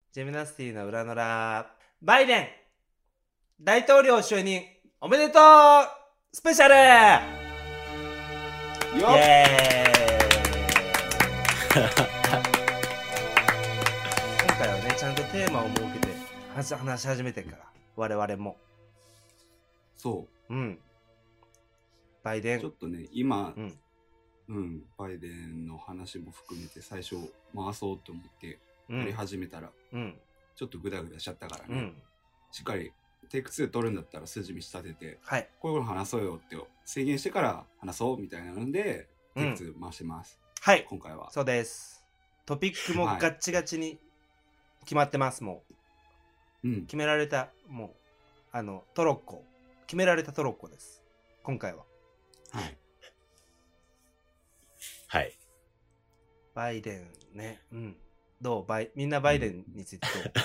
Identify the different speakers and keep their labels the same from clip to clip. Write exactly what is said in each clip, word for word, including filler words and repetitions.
Speaker 1: ジェミナスティの裏のラバイデン大統領就任おめでとうスペシャル
Speaker 2: よっ
Speaker 1: イエーイ今回はねちゃんとテーマを設けて話話し始めてるから我々も
Speaker 2: そう
Speaker 1: うんバイデン
Speaker 2: ちょっとね今
Speaker 1: うん、
Speaker 2: うん、バイデンの話も含めて最初回そうと思ってやり始めたら、
Speaker 1: うん、
Speaker 2: ちょっとグダグダしちゃったからね、
Speaker 1: うん、
Speaker 2: しっかりテイクツー取るんだったら筋道立てて、
Speaker 1: はい
Speaker 2: こういうこと話そうよって制限してから話そうみたいなので、
Speaker 1: うん、
Speaker 2: テイクツー回してます。
Speaker 1: はい
Speaker 2: 今回は
Speaker 1: そうです。トピックもガッチガチに決まってます。もう、うん、決められたもうあのトロッコ決められたトロッコです今回は。
Speaker 2: はい
Speaker 3: はい
Speaker 1: バイデンね、うん、どうバイみんなバイデンについてどう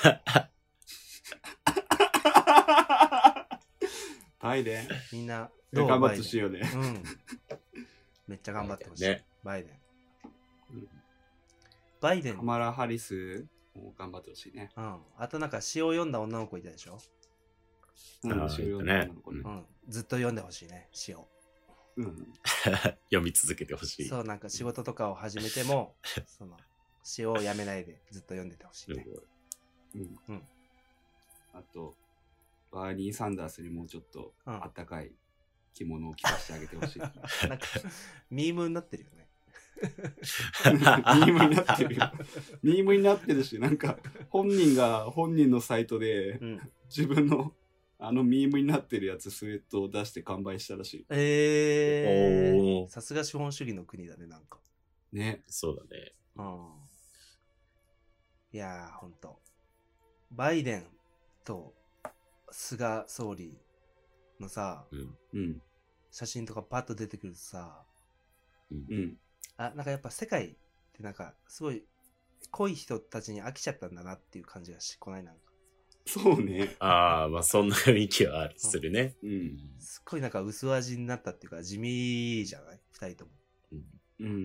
Speaker 2: バイデン
Speaker 1: みんなどう
Speaker 2: 頑張ってほしいよね、
Speaker 1: うん、めっちゃ頑張ってほしい、ね、バイデン、うん、バイデン
Speaker 2: カマラ・ハリスも頑張ってほしいね、
Speaker 1: うん、あとなんか詩を読んだ女の子いたでしょ、
Speaker 2: うん、詩を読んだ女の子ね、
Speaker 1: うん、ずっと読んでほしいね詩を、
Speaker 2: うん、
Speaker 3: 読み続けてほしい。
Speaker 1: そうなんか仕事とかを始めてもその詩をやめないでずっと読んでてほしいね。
Speaker 2: うん、うん、あとバーニー・サンダースにもうちょっとあったかい着物を着させてあげてほしい。なんか
Speaker 1: ミームになってるよね。
Speaker 2: ミームになってるよ。ミームになってるし、なんか本人が本人のサイトで、うん、自分のあのミームになってるやつスウェットを出して完売したらしい。
Speaker 1: えー、さすが資本主義の国だねなんか。
Speaker 2: ね、
Speaker 3: そうだね。
Speaker 1: うん。いやーほんとバイデンと菅総理のさ、
Speaker 2: うん、
Speaker 1: 写真とかパッと出てくるとさ、
Speaker 2: うん、
Speaker 1: あなんかやっぱ世界ってなんかすごい濃い人たちに飽きちゃったんだなっていう感じがしこないなんか。
Speaker 2: そうね。
Speaker 3: ああまあそんな雰囲気はあるするね。
Speaker 1: うん。すっごいなんか薄味になったっていうか地味じゃない二人とも。
Speaker 2: うん。うん。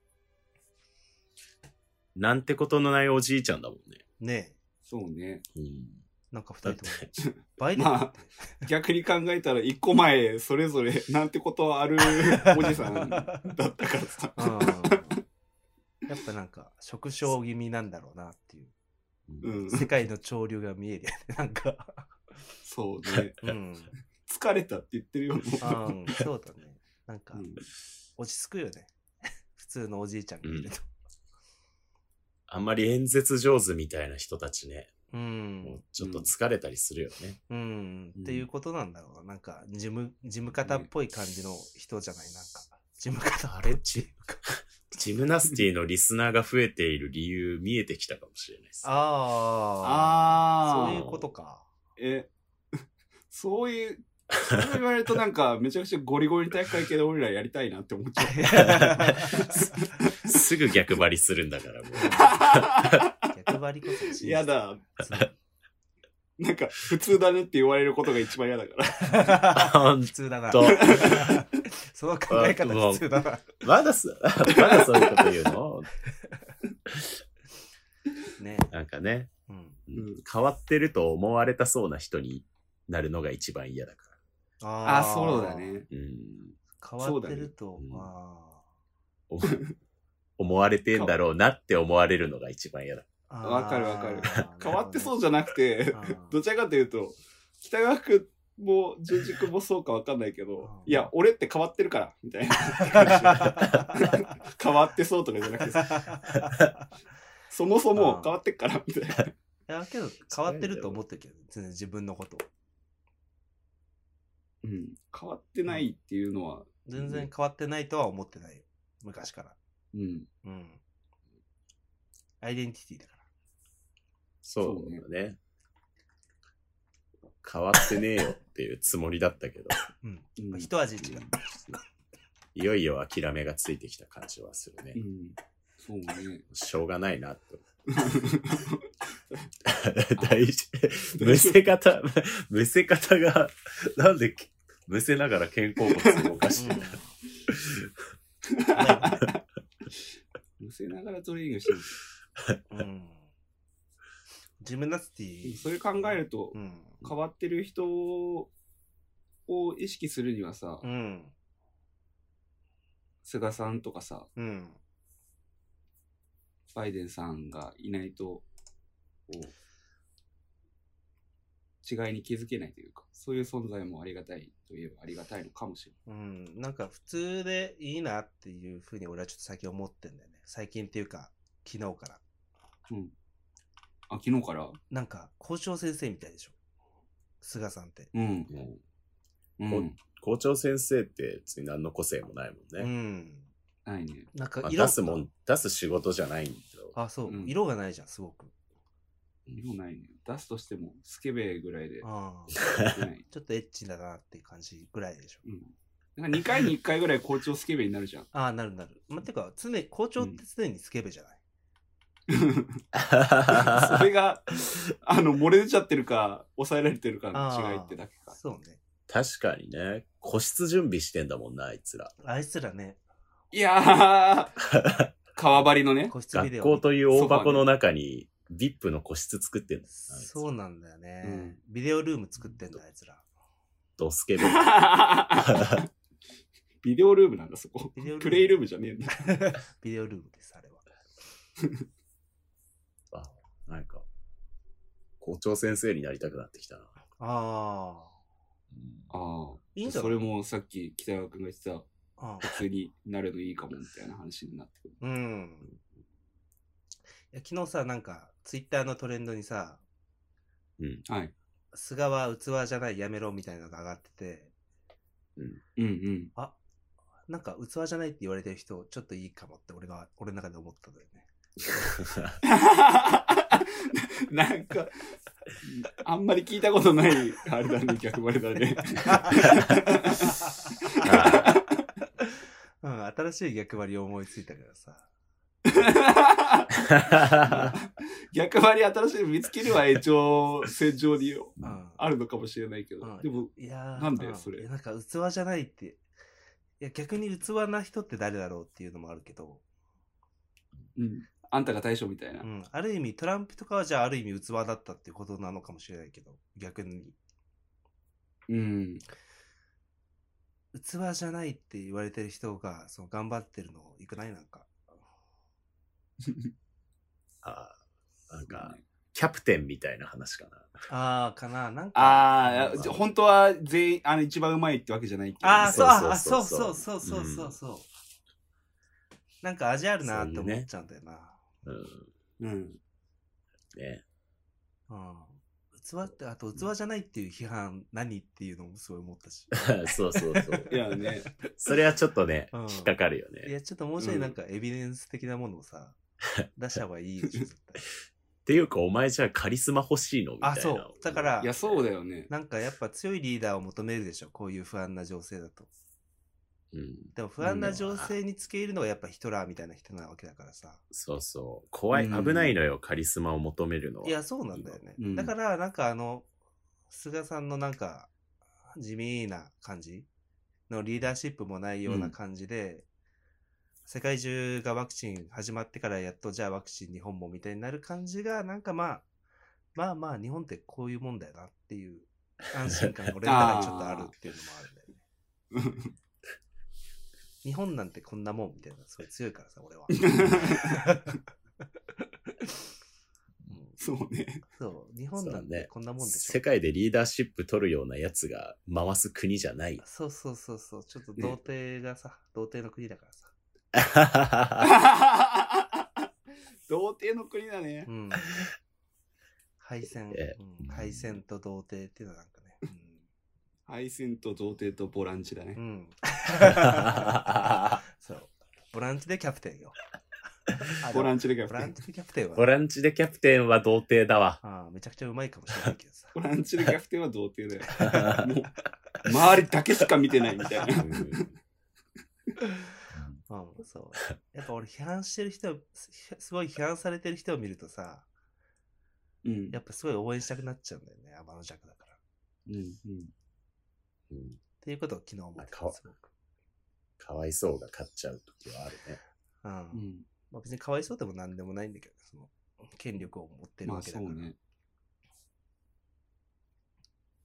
Speaker 3: なんてことのないおじいちゃんだもんね。
Speaker 1: ねえ。
Speaker 2: そうね。
Speaker 1: うん。なんか二人ともバイデン、
Speaker 2: まあ、逆に考えたら一個前それぞれなんてことはあるおじさんだったからさ
Speaker 1: やっぱなんか縮小気味なんだろうなっていう、
Speaker 2: うん、
Speaker 1: 世界の潮流が見えるよねなんか
Speaker 2: そうね、
Speaker 1: うん、
Speaker 2: 疲れたって言ってるよもう、
Speaker 1: うん、そうだねなんか、うん、落ち着くよね普通のおじいちゃんがいると、うん、
Speaker 3: あんまり演説上手みたいな人たちね
Speaker 1: うん、
Speaker 3: もうちょっと疲れたりするよね。
Speaker 1: うん、うん、っていうことなんだろうな。なんか事務事務方っぽい感じの人じゃない、なんか事務方
Speaker 3: あれジジムナスティのリスナーが増えている理由見えてきたかもしれないです。
Speaker 1: ああ、そういうことか。
Speaker 2: え、そういう。そう言われるとなんかめちゃくちゃゴリゴリ体育会系で俺らやりたいなって思っちゃ
Speaker 3: うすぐ逆張りするんだからもう
Speaker 1: 逆張りこそ
Speaker 2: やだなんか普通だねって言われることが一番嫌だから
Speaker 1: 普通だなその考え方普通だな
Speaker 3: まだすまだそういうこと言うの
Speaker 1: ね
Speaker 3: なんかね、
Speaker 1: うん、
Speaker 3: 変わってると思われたそうな人になるのが一番嫌だから
Speaker 2: ああ、そうだね。
Speaker 3: うん、
Speaker 1: 変わってると、ね、あ
Speaker 3: 思われてんだろうなって思われるのが一番嫌だ。
Speaker 2: わかるわかる。変わってそうじゃなくて、どちらかというと、北川くんも純次くんもそうかわかんないけど、いや、俺って変わってるから、みたいな。変わってそうとかじゃなくてさ、そもそも変わってっから、みたいな。い
Speaker 1: や、けど変わってると思ってるけど、全然自分のこと。
Speaker 2: うん、変わってないっていうのは
Speaker 1: 全然変わってないとは思ってないよ昔から。
Speaker 2: うん
Speaker 1: うんアイデンティティだから
Speaker 3: そうだね変わってねえよっていうつもりだったけど、
Speaker 1: うんうん、一味違う
Speaker 3: いよいよ諦めがついてきた感じはするね、
Speaker 2: うん、そうね
Speaker 3: しょうがないなと大事むせ方むせ方がなんでむせながら肩甲骨動かしてる、
Speaker 2: うん、むせながらトレーニングしてる、
Speaker 1: うん、 ジムナスティ
Speaker 2: それ考えると、うん、変わってる人を意識するにはさ、うん、菅さんとかさ、うん、バイデンさんがいないと違いに気づけないというか、そういう存在もありがたいといえばありがたいのかもしれない。うん、
Speaker 1: なんか普通でいいなっていうふうに俺はちょっと最近思ってんだよね。最近っていうか、昨日から。
Speaker 2: うん。あ、昨日から
Speaker 1: なんか、校長先生みたいでしょ。菅さんって。
Speaker 3: うん。うん。校長先生って別に何の個性もないもんね。うん。
Speaker 2: ないね。
Speaker 3: なんか色、まあ、出すもん、出す仕事じゃないんだけど。
Speaker 1: あ、そう、うん。色がないじゃん、すごく。
Speaker 2: 色ないね。出すとしても、スケベぐらいで。あ
Speaker 1: ちょっとエッチだなっていう感じぐらいでしょ。うん。
Speaker 2: なんかにかいにいっかいぐらい校長スケベになるじゃん。
Speaker 1: ああ、なるなる。まあ、てか、常に、校長って常にスケベじゃない、
Speaker 2: うん、それが、あの、漏れ出ちゃってるか、抑えられてるかの違いってだけか。
Speaker 1: そうね。
Speaker 3: 確かにね。個室準備してんだもんな、あいつら。
Speaker 1: あいつらね。
Speaker 2: いやー、川張りのね。
Speaker 3: 個室ビデオ学校という大箱の中に、ブイアイピー の個室作ってんだ。
Speaker 1: そうなんだよね、うん。ビデオルーム作ってんだ、あいつら。
Speaker 3: ドスケベ。
Speaker 2: ビデオルームなんだ、そこ。プレイルームじゃねえんだ。
Speaker 1: ビデオルームです、あれは。
Speaker 3: あ、なんか、校長先生になりたくなってきたな。
Speaker 2: ああ。ああ。いいんじゃない？それもさっき北川君が言ってた、普通になるのいいかもみたいな話になってくる。うん。
Speaker 1: いや昨日さ、なんか、ツイッターのトレンドにさ、
Speaker 2: うん。はい。
Speaker 1: 菅は器じゃないやめろみたいなのが上がってて、
Speaker 2: うん。うんうん。
Speaker 1: あ、なんか器じゃないって言われてる人、ちょっといいかもって俺が、俺の中で思ったんだよね。
Speaker 2: なんか、あんまり聞いたことない、あれだね、逆張りだね。
Speaker 1: うん、新しい逆張りを思いついたからさ。
Speaker 2: 逆張り新しいの見つけるは延長線上に、うん、あるのかもしれないけど、うん、でも、いやなんでそれ、
Speaker 1: うん、なんか器じゃないって、いや逆に器な人って誰だろうっていうのもあるけど、
Speaker 2: うん、あんたが対象みたいな、
Speaker 1: うん、ある意味トランプとかはじゃあある意味器だったっていうことなのかもしれないけど、逆に、うん、器じゃないって言われてる人がその頑張ってるのいくないなんか
Speaker 3: ああ、なんか、ね、キャプテンみたいな話かな。
Speaker 1: ああ、かな、なんか。
Speaker 2: ああ、本当は全員、あの、一番うまいってわけじゃないって。
Speaker 1: ああ、そう、そうそうそうそうそうそう。うん、なんか味あるなって思っちゃうんだよな。う, ね、うん。うん。ね。うん。器って、あと器じゃないっていう批判何っていうのもすごい思ったし。
Speaker 3: そうそうそう。
Speaker 2: いやね。
Speaker 3: それはちょっとね、うん、引っかかるよね。
Speaker 1: いや、ちょっともうちょいなんかエビデンス的なものをさ、出した方がいいでしょ、絶対。
Speaker 3: っていうか、お前じゃあカリスマ欲しいのみたいな。あ、
Speaker 1: そう。だから、
Speaker 2: いや、そうだよね。
Speaker 1: なんかやっぱ強いリーダーを求めるでしょ、こういう不安な情勢だと。うん。でも不安な情勢につけ入るのがやっぱヒトラーみたいな人なわけだからさ。
Speaker 3: そうそう。怖い、危ないのよ、カリスマを求めるのは。
Speaker 1: いや、そうなんだよね。うん、だから、なんかあの、菅さんのなんか、地味な感じのリーダーシップもないような感じで、うん、世界中がワクチン始まってからやっとじゃあワクチン日本もみたいになる感じがなんかまあまあまあ日本ってこういうもんだよなっていう安心感が俺の中にちょっとあるっていうのもあるんだよね。日本なんてこんなもんみたいなすごい強いからさ俺は。
Speaker 2: そうね。
Speaker 1: そう日本なんてこんなもんでしょ。
Speaker 3: 世界でリーダーシップ取るようなやつが回す国じゃない。
Speaker 1: そうそうそうそうちょっと童貞がさ、ね、童貞の国だからさ。
Speaker 2: 童貞の国だね。うん。
Speaker 1: 敗戦、うん、敗戦と童貞っていうのはなんかね。うん、
Speaker 2: 敗戦と童貞とボランチだね。うん。
Speaker 1: そう。ボランチでキャプテンよ。
Speaker 2: ボランチでキャプテン。
Speaker 1: ボランチでキャプテンは。
Speaker 3: ボランチでキャプテンは童貞だわ。
Speaker 1: ああ、めちゃくちゃうまいかもしれないけどさ。
Speaker 2: ボランチでキャプテンは童貞だよ。もう、周りだけしか見てないみたいな。
Speaker 1: うん、そう。やっぱ俺批判してる人、すごい批判されてる人を見るとさ、うん、やっぱすごい応援したくなっちゃうんだよね、天の弱だから。うんうんうん。っていうことを昨日思ってた、すごく。
Speaker 3: かわいそうが勝っちゃう時はあるね。
Speaker 1: うん。うん、まあ別にかわいそうでもなんでもないんだけど、その権力を持ってるわけだから。まあそうね。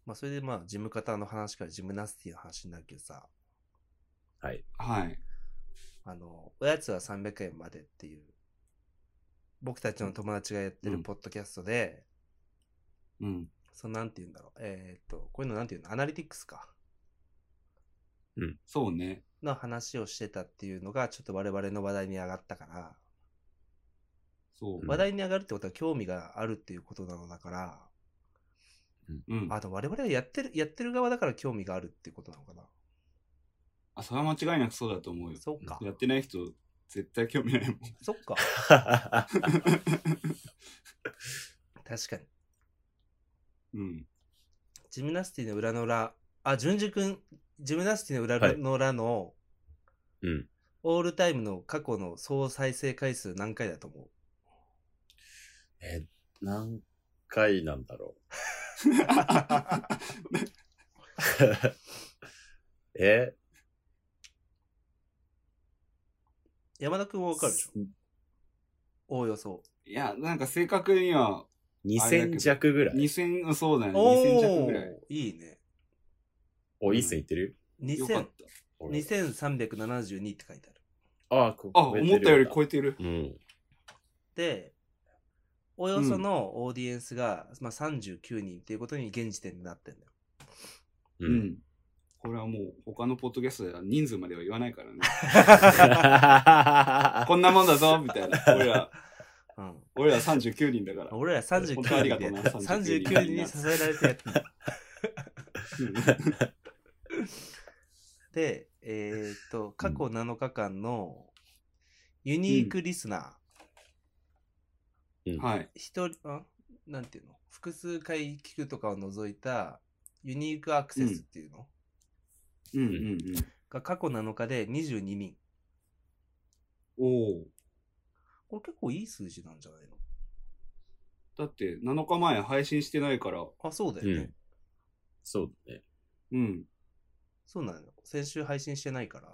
Speaker 1: まあそれでまあジム型の話からジムナスティの話になるけどさ、
Speaker 3: はい。
Speaker 2: はい。
Speaker 1: あの、おやつはさんびゃくえんまでっていう、僕たちの友達がやってるポッドキャストで、
Speaker 2: うん。
Speaker 1: そのなんて言うんだろう、えー、っと、こういうのなんて言うの、アナリティクスか。
Speaker 2: そうね。
Speaker 1: の話をしてたっていうのが、ちょっと我々の話題に上がったから、
Speaker 2: そう。
Speaker 3: うん
Speaker 1: 話題に上がるってことは興味があるっていうことなのだから、
Speaker 2: うん。
Speaker 1: あと我々がやってる、やってる側だから興味があるっていうことなのかな。
Speaker 2: あ、それは間違いなくそうだと思うよ。
Speaker 1: そっか。
Speaker 2: やってない人、絶対興味ないもん。
Speaker 1: そっか。確かに。
Speaker 2: うん。
Speaker 1: ジムナスティの裏の裏、あ、淳二君、ジムナスティの裏の裏の、
Speaker 3: うん。
Speaker 1: オールタイムの過去の総再生回数何回だと思う？
Speaker 3: え、何回なんだろう。え
Speaker 1: 山田君はわかるでしょ？おおよそ。
Speaker 2: いや、なんか正確には、
Speaker 3: にせん弱ぐらい。
Speaker 2: にせん、そうだね。
Speaker 1: お
Speaker 2: にせん弱ぐらい。
Speaker 1: いいね。
Speaker 3: お、いい線いってる
Speaker 2: よかっ
Speaker 1: にせんさんびゃくななじゅうにって書いてある。
Speaker 3: ああ、こ
Speaker 2: た。あ、思ったより超えてる。
Speaker 3: うん。
Speaker 1: で、およそのオーディエンスが、まあ、さんじゅうきゅうにんっていうことに現時点でなってんだよ。
Speaker 3: う。
Speaker 2: うんん。これはもう他のポッドキャストでは人数までは言わないからね。こんなもんだぞみたいな。俺ら、
Speaker 1: うん、
Speaker 2: 俺らさんじゅうきゅうにんだから。
Speaker 1: 俺らさんじゅうきゅうにんでやってた。さんじゅうきゅうにんに支えられてやってた。で、えー、っと、過去なのかかんのユニークリスナー、
Speaker 3: うん、
Speaker 2: はい。
Speaker 1: 一人、あ、なんていうの、複数回聞くとかを除いたユニークアクセスっていうの、
Speaker 2: うんうんうん。
Speaker 1: が過去なのかでにじゅうににん。
Speaker 2: おお。
Speaker 1: これ結構いい数字なんじゃないの？
Speaker 2: だってなのかまえ配信してないから。
Speaker 1: あ、そうだよね。
Speaker 3: うんそうだね。
Speaker 2: うん。
Speaker 1: そうなのよ。先週配信してないから。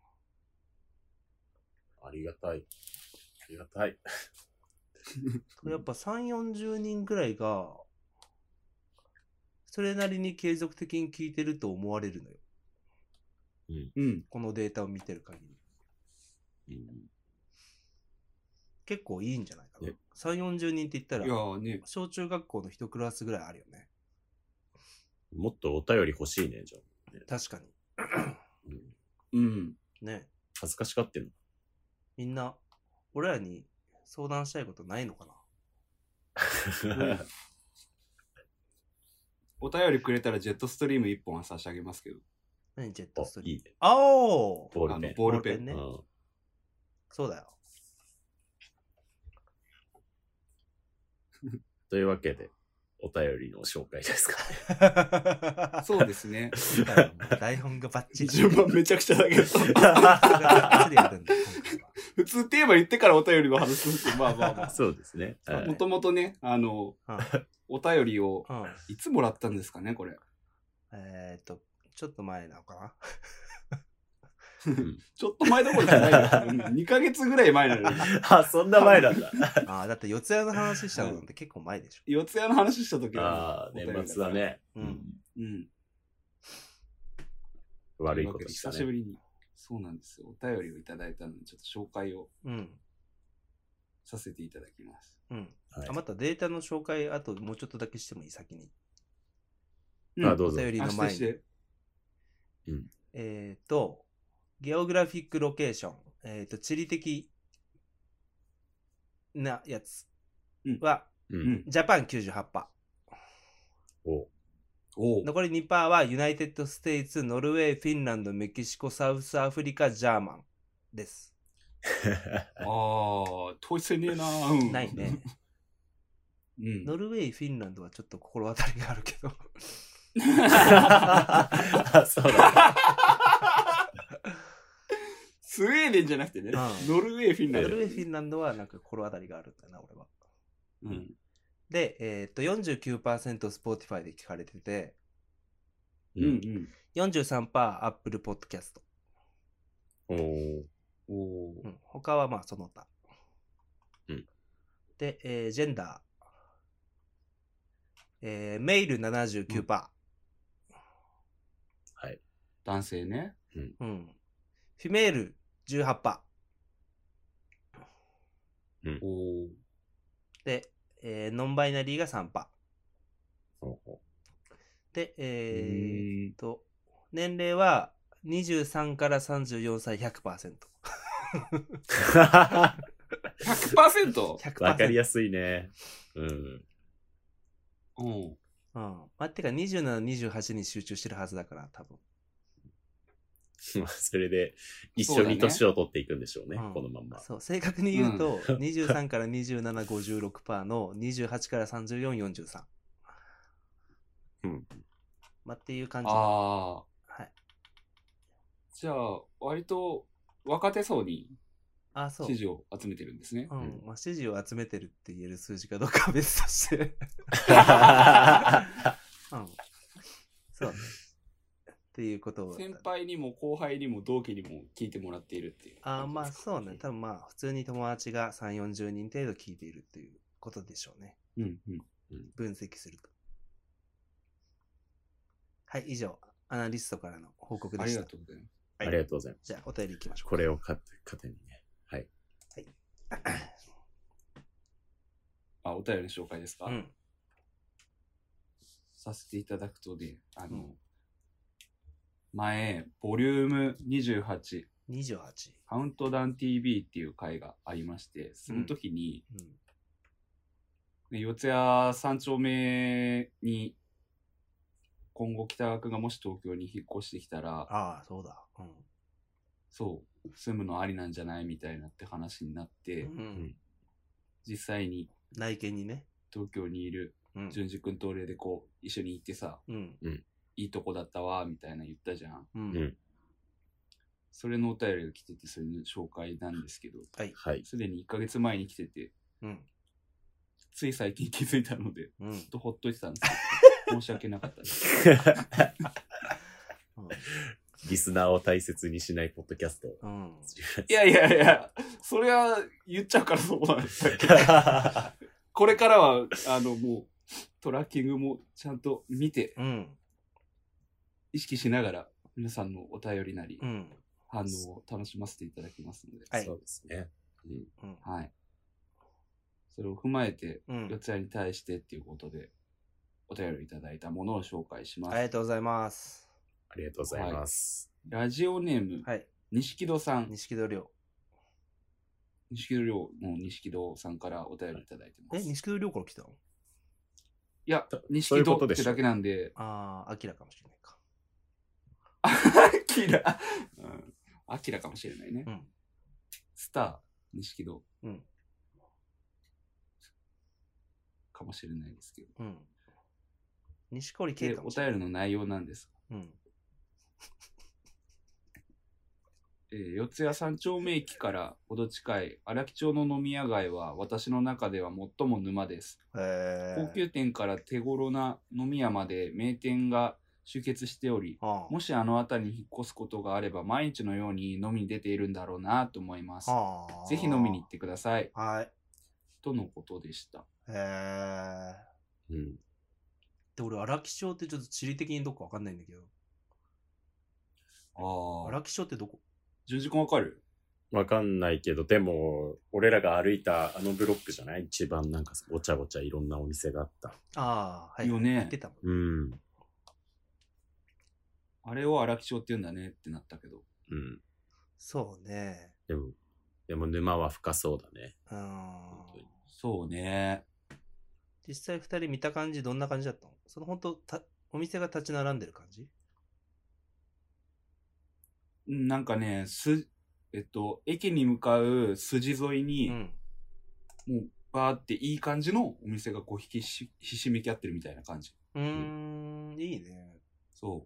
Speaker 3: ありがたい。ありがたい。
Speaker 1: やっぱさんじゅう、よんじゅうにんぐらいが、それなりに継続的に聞いてると思われるのよ。
Speaker 3: うん。
Speaker 2: うん。
Speaker 1: このデータを見てる限り。
Speaker 3: うん、
Speaker 1: 結構いいんじゃないかな。
Speaker 3: ね
Speaker 1: さんじゅう、よんじゅうにんって言ったら
Speaker 2: いや、ーね。
Speaker 1: 小中学校の一クラスぐらいあるよね。
Speaker 3: もっとお便り欲しいね、じゃあ。ね
Speaker 1: 確かに。
Speaker 3: うん、
Speaker 2: うん。
Speaker 1: ね。
Speaker 3: 恥ずかしがってんの。
Speaker 1: みんな、俺らに相談したいことないのかな？
Speaker 2: お便りくれたらジェットストリームいっぽんは差し上げますけど。
Speaker 1: 何ジェットストリーム？
Speaker 3: いいね。
Speaker 1: あおー
Speaker 2: あの
Speaker 3: ボールペン。
Speaker 2: ボールペン。
Speaker 1: ね。
Speaker 3: うん
Speaker 1: そうだよ。
Speaker 3: というわけで、お便りの紹介ですか。
Speaker 2: そうですね。
Speaker 1: 台本がバッチリ。
Speaker 2: 順番めちゃくちゃだけど。
Speaker 1: バッチリやるんだ、今回は。
Speaker 2: 普通テーマ言ってからお便りの話するって、まあまあま
Speaker 3: そうですね。
Speaker 2: あ。
Speaker 3: はい
Speaker 2: もともとね、あの、お便りを、
Speaker 1: うん。うん。
Speaker 2: いつもらったんですかね、これ。
Speaker 1: えーっと、ちょっと前なのかな？
Speaker 2: ちょっと前どころじゃないよ。にかげつぐらい前なのに。
Speaker 3: あ、そんな前なんだ。
Speaker 1: ああ、だって四谷の話したのって結構前でしょ。
Speaker 2: 四谷の話した時
Speaker 3: あ
Speaker 2: は
Speaker 3: あ、年末だ。ね。
Speaker 1: う。
Speaker 3: うんん。
Speaker 2: うん。
Speaker 3: 悪いことしたね。
Speaker 2: 久しぶりに。そうなんですよ。お便りをいただいたので、ちょっと紹介を
Speaker 1: うん。
Speaker 2: させていただきます。
Speaker 1: うん。
Speaker 3: はい
Speaker 1: あ、またデータの紹介、あともうちょっとだけしてもいい、先に。
Speaker 3: あどうぞ
Speaker 1: お便りの前に。
Speaker 3: うん。
Speaker 1: えっ、と、ゲオグラフィックロケーション、えっ、と、地理的なやつは、
Speaker 3: う。
Speaker 2: うんん。
Speaker 1: ジャパンきゅうじゅうはちパ
Speaker 3: お
Speaker 2: おう。
Speaker 1: 残りにパーセントはユナイテッドステイツ、ノルウェー、フィンランド、メキシコ、サウスアフリカ、ジャーマンです。
Speaker 2: ああ、統一性ねえな、うん、
Speaker 1: ないね。
Speaker 2: うん。
Speaker 1: ノルウェー、フィンランドはちょっと心当たりがあるけど。
Speaker 3: あそうだ。
Speaker 2: スウェーデンじゃなくてね、
Speaker 1: うん
Speaker 2: ノルウェー、フィンランド。
Speaker 1: ノルウェー、フィンランドはなんか心当たりがあるんだな、俺は。
Speaker 2: うん。
Speaker 1: で、えっ、と、よんじゅうきゅうパーセント Spotify で聞かれてて、
Speaker 2: うんうん。
Speaker 1: よんじゅうさんパーセント Apple Podcast。
Speaker 3: おー
Speaker 2: おお
Speaker 1: う。ん、他はまあその他。
Speaker 3: うん
Speaker 1: で、えージェンダー。えーメイル ななじゅうきゅうパーセント、
Speaker 2: 男性ね。
Speaker 1: うん。フィメールじゅうはちパ
Speaker 2: おー。
Speaker 1: で、えーノンバイナリーがさんパ
Speaker 3: ほうほ
Speaker 1: で、
Speaker 3: う
Speaker 1: えーっと、年齢はにじゅうさんからさんじゅうよんさい ひゃくパーセント。
Speaker 2: ひゃくパーセント?
Speaker 1: ひゃくパーセント。
Speaker 3: わかりやすいね。うん。
Speaker 2: うん。
Speaker 1: うん。まあ、てかにじゅうなな、にじゅうはちに集中してるはずだから、多分。
Speaker 3: それで、一緒に年を取っていくんでしょうね、
Speaker 1: うん、
Speaker 3: このまんま。
Speaker 1: そう、正確に言うと、うん、にじゅうさんからにじゅうなな、ごじゅうろくパーセント のにじゅうはちからさんじゅうよん、よんじゅうさん。
Speaker 3: うん。
Speaker 1: まあ、っていう感じ。
Speaker 2: ああ。
Speaker 1: はい。
Speaker 2: じゃあ、割と若手層に
Speaker 1: あ、そう。
Speaker 2: 支持を集めてるんですね。
Speaker 1: うん。まあ、支持を集めてるって言える数字かどうかは別として。うん。そうね。っていうことを。
Speaker 2: 先輩にも後輩にも同期にも聞いてもらっているっていう。
Speaker 1: ああ、まあそうね。多分まあ、普通に友達がさんじゅう、よんじゅうにん程度聞いているっていうことでしょうね。
Speaker 2: うんうん。
Speaker 1: 分析すると。はい、以上、アナリストからの報告でした。
Speaker 2: ありがとうございます。
Speaker 3: ありがとうございます。
Speaker 1: じゃあ、お便り行きましょう。
Speaker 3: これを糧にね。はい。
Speaker 1: はい。
Speaker 2: あ、お便りの紹介ですか？
Speaker 1: うん。
Speaker 2: させていただくとね、あの、うん、前、ボリュームにじゅうはち。
Speaker 1: にじゅうはち。
Speaker 2: カウントダウン ティーブイ っていう回がありまして、その時に、うんうん、四谷三丁目に、今後北川君がもし東京に引っ越してきたら、
Speaker 1: ああ、そうだ。うん。
Speaker 2: そう、住むのありなんじゃないみたいなって話になって、うん、実際に、
Speaker 1: 内見にね、
Speaker 2: 東京にいる、淳二君と俺でこう、一緒に行ってさ、うん、いいとこだったわ、みたいな言ったじゃん。うん。それのお便りが来てて、それの紹介なんですけど、はい。すでにいっかげつまえに来てて、うん。つい最近気づいたので、うん、ちょっとほっといてたんですけど、申し訳なかったです。
Speaker 3: リスナーを大切にしないポッドキャスト。
Speaker 2: うん、いやいやいや、それは言っちゃうからそうなんですけど。これからは、あの、もう、トラッキングもちゃんと見て、うん、意識しながら、皆さんのお便りなり、うん、反応を楽しませていただきますので。
Speaker 3: はい、そうですね。
Speaker 2: うん。はい。それを踏まえて、うん、四谷に対してっていうことで、お便りいただいたものを紹介します。
Speaker 1: ありがとうございます。
Speaker 3: ありがとうございます。
Speaker 2: はい、ラジオネーム、はい、錦戸さん。
Speaker 1: 錦戸亮。
Speaker 2: 錦戸亮の錦戸さんからお便りいただいてます。
Speaker 1: え、錦戸亮から来たの？
Speaker 2: いや、錦戸ってだけなんで。
Speaker 1: ああ、アキラかもしれないか。
Speaker 2: アキラ、うん、アキラかもしれないね。うん、スター、錦戸。うん。かもしれないですけど。うん。
Speaker 1: 錦織圭かもし
Speaker 2: れない。お便りの内容なんです。うん。えー、四谷三丁目駅からほど近い荒木町の飲み屋街は私の中では最も沼です。高級店から手頃な飲み屋まで名店が集結しており、はあ、もしあの辺りに引っ越すことがあれば毎日のように飲みに出ているんだろうなと思います。はあ、ぜひ飲みに行ってください。はい。とのことでした。へ
Speaker 1: え。うん。で、俺、荒木町ってちょっと地理的にどこかわかんないんだけど。ああ。荒木町ってどこ？
Speaker 2: じゅうじかんわかる？
Speaker 3: わかんないけど、でも、俺らが歩いたあのブロックじゃない？一番なんかごちゃごちゃいろんなお店があった。
Speaker 1: ああ、はい。
Speaker 2: よね。
Speaker 1: 言ってたもん。うん。
Speaker 2: あれを荒木町って言うんだねってなったけど。うん。
Speaker 1: そうね。
Speaker 3: でも、でも沼は深そうだね。うん。
Speaker 2: そうね。
Speaker 1: 実際二人見た感じどんな感じだったの？その本当たお店が立ち並んでる感じ？
Speaker 2: なんかね、す、えっと、駅に向かう筋沿いに、うん、もうバーっていい感じのお店がこうひきし、ひしめき合ってるみたいな感じ。
Speaker 1: うーん、うん、いいね。
Speaker 2: そう。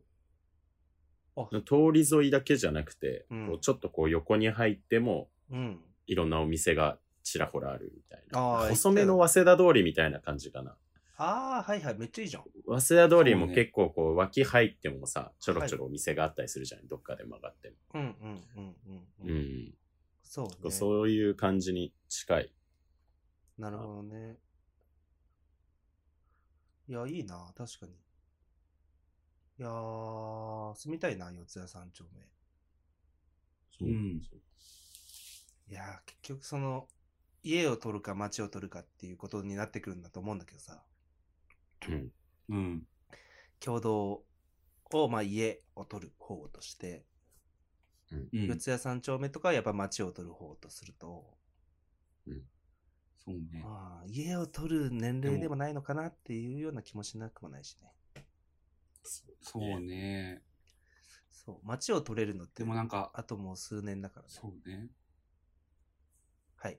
Speaker 3: あ、通り沿いだけじゃなくて、うん、こうちょっとこう横に入っても、うん、いろんなお店がちらほらあるみたいな。細めの早稲田通りみたいな感じかな。
Speaker 1: ああ、はいはい、めっちゃいいじゃん。
Speaker 3: 早稲田通りも結構こう脇入ってもさ、ちょろちょろお店があったりするじゃん、はい、どっかで曲がっても。うんうんうんうん。うん。そうね。そういう感じに近い。
Speaker 1: なるほどね。いや、いいな、確かに。 いやー、住みたいな、四谷三丁目。
Speaker 2: うん。
Speaker 1: いやー、結局その、家を取るか街を取るかっていうことになってくるんだと思うんだけどさ。
Speaker 3: うん。
Speaker 2: うん。
Speaker 1: 共同を、まあ家を取る方として、
Speaker 3: うん、
Speaker 1: 四谷三丁目とかはやっぱ街を取る方とすると、
Speaker 3: うん。
Speaker 2: そうね。
Speaker 1: まあ、家を取る年齢でもないのかなっていうような気もしなくもないしね。
Speaker 2: そうね。
Speaker 1: そう、街を取れるのって、
Speaker 2: でもなんか、
Speaker 1: あともう数年だからね。
Speaker 2: そうね。
Speaker 1: はい。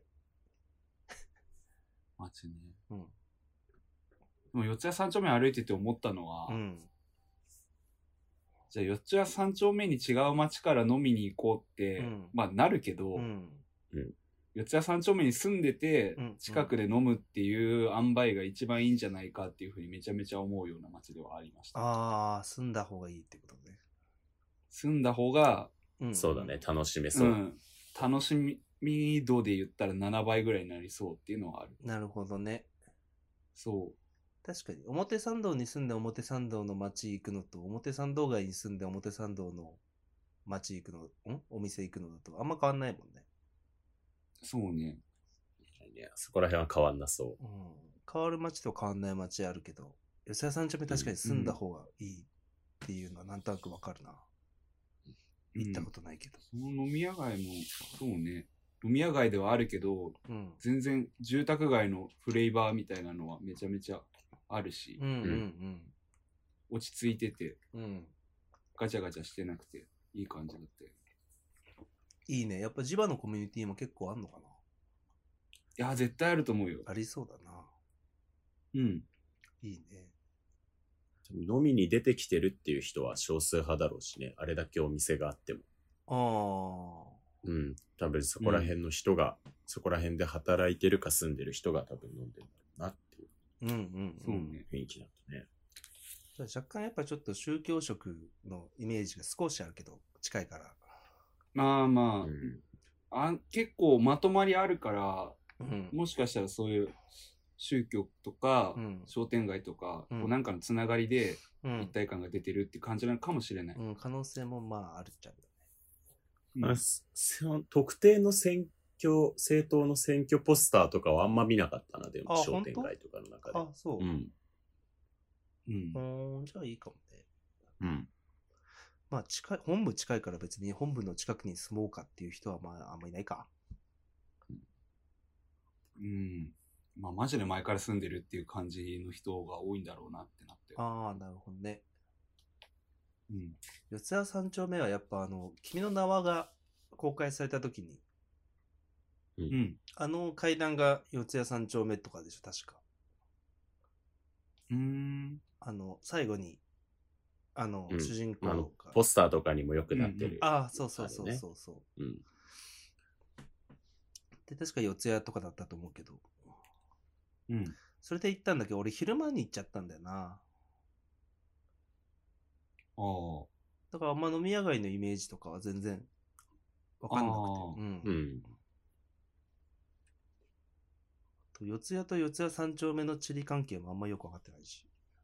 Speaker 2: 街ね。
Speaker 1: うん。
Speaker 2: でも四谷三丁目歩いてて思ったのは、
Speaker 1: うん、
Speaker 2: じゃあ四谷三丁目に違う街から飲みに行こうって、うん、まあなるけど、
Speaker 1: うん、
Speaker 2: 四谷三丁目に住んでて、
Speaker 1: うん、
Speaker 2: 近くで飲むっていう塩梅が一番いいんじゃないかっていうふうにめちゃめちゃ思うような街ではありました。
Speaker 1: ああ、住んだ方がいいってことね。
Speaker 2: 住んだ方が、
Speaker 3: うん、そうだね、楽しめそう。うん、
Speaker 2: 楽しみ度で言ったらななばいぐらいになりそうっていうのはある。
Speaker 1: なるほどね。
Speaker 2: そう。
Speaker 1: 確かに、表参道に住んで表参道の街行くのと、表参道街に住んで表参道の街行くの、んお店行くのだとあんま変わんないもんね。
Speaker 2: そうね。
Speaker 3: いや、そこら辺は変わんなそう。
Speaker 1: うん、変わる街と変わんない街あるけど、四谷三丁目確かに住んだ方がいいっていうのはなんとなくわかるな。うん、行ったことないけど。
Speaker 2: その飲み屋街も、そうね。飲み屋街ではあるけど、うん、全然住宅街のフレーバーみたいなのはめちゃめちゃあるし、
Speaker 1: うんうんうん、
Speaker 2: 落ち着いてて、
Speaker 1: うん、
Speaker 2: ガチャガチャしてなくていい感じだったよ。
Speaker 1: いいね。やっぱ地場のコミュニティも結構あんのかな。い
Speaker 2: や、絶対あると思うよ。
Speaker 1: ありそうだな。
Speaker 2: うん。
Speaker 1: いいね。
Speaker 3: 飲みに出てきてるっていう人は少数派だろうしね。あれだけお店があっても。
Speaker 1: ああ。
Speaker 3: うん。多分そこら辺の人が、うん、そこら辺で働いてるか住んでる人が多分飲んでるんだろうなっていう。
Speaker 1: うんうん、うん。
Speaker 2: そうね。
Speaker 3: 雰囲気だとね。
Speaker 1: 若干やっぱちょっと宗教色のイメージが少しあるけど、近いから。
Speaker 2: まあまあ、うん、あ結構まとまりあるから、うん、もしかしたらそういう宗教とか、うん、商店街とか、うん、こうなんかのつながりで一体感が出てるって感じなのかもしれない。
Speaker 1: うん、可能性もまああるっちゃうよね。
Speaker 3: うん、あ特定の選挙、政党の選挙ポスターとかはあんま見なかったな、でも商店街とかの中で。
Speaker 1: あ、そう。
Speaker 3: うん。
Speaker 1: うん。じゃあいいかもね。
Speaker 3: うん。
Speaker 1: まあ近い、本部近いから別に本部の近くに住もうかっていう人はまああんまりいないか。
Speaker 2: うん。まあマジで前から住んでるっていう感じの人が多いんだろうなってなって。
Speaker 1: ああ、なるほどね。
Speaker 2: うん。
Speaker 1: 四谷三丁目はやっぱあの、君の名はが公開された時に、
Speaker 2: うん。
Speaker 1: あの階段が四谷三丁目とかでしょ、確か。
Speaker 2: うーん。
Speaker 1: あの、最後に、あの、うん、主人公が
Speaker 3: ポスターとかにもよくなってる、
Speaker 1: うんうん、ああ、そうそうそうそうそう、
Speaker 3: ね、うん。
Speaker 1: で、確か四谷とかだったと思うけど。
Speaker 2: うん。
Speaker 1: それで行ったんだけど、俺昼間に行っちゃったんだよな。
Speaker 2: ああ。
Speaker 1: だからあんま飲み屋街のイメージとかは全然わかんなくて。うん。
Speaker 3: うん
Speaker 1: 四谷と四谷三丁目の地理関係もあんまよくわかってないし。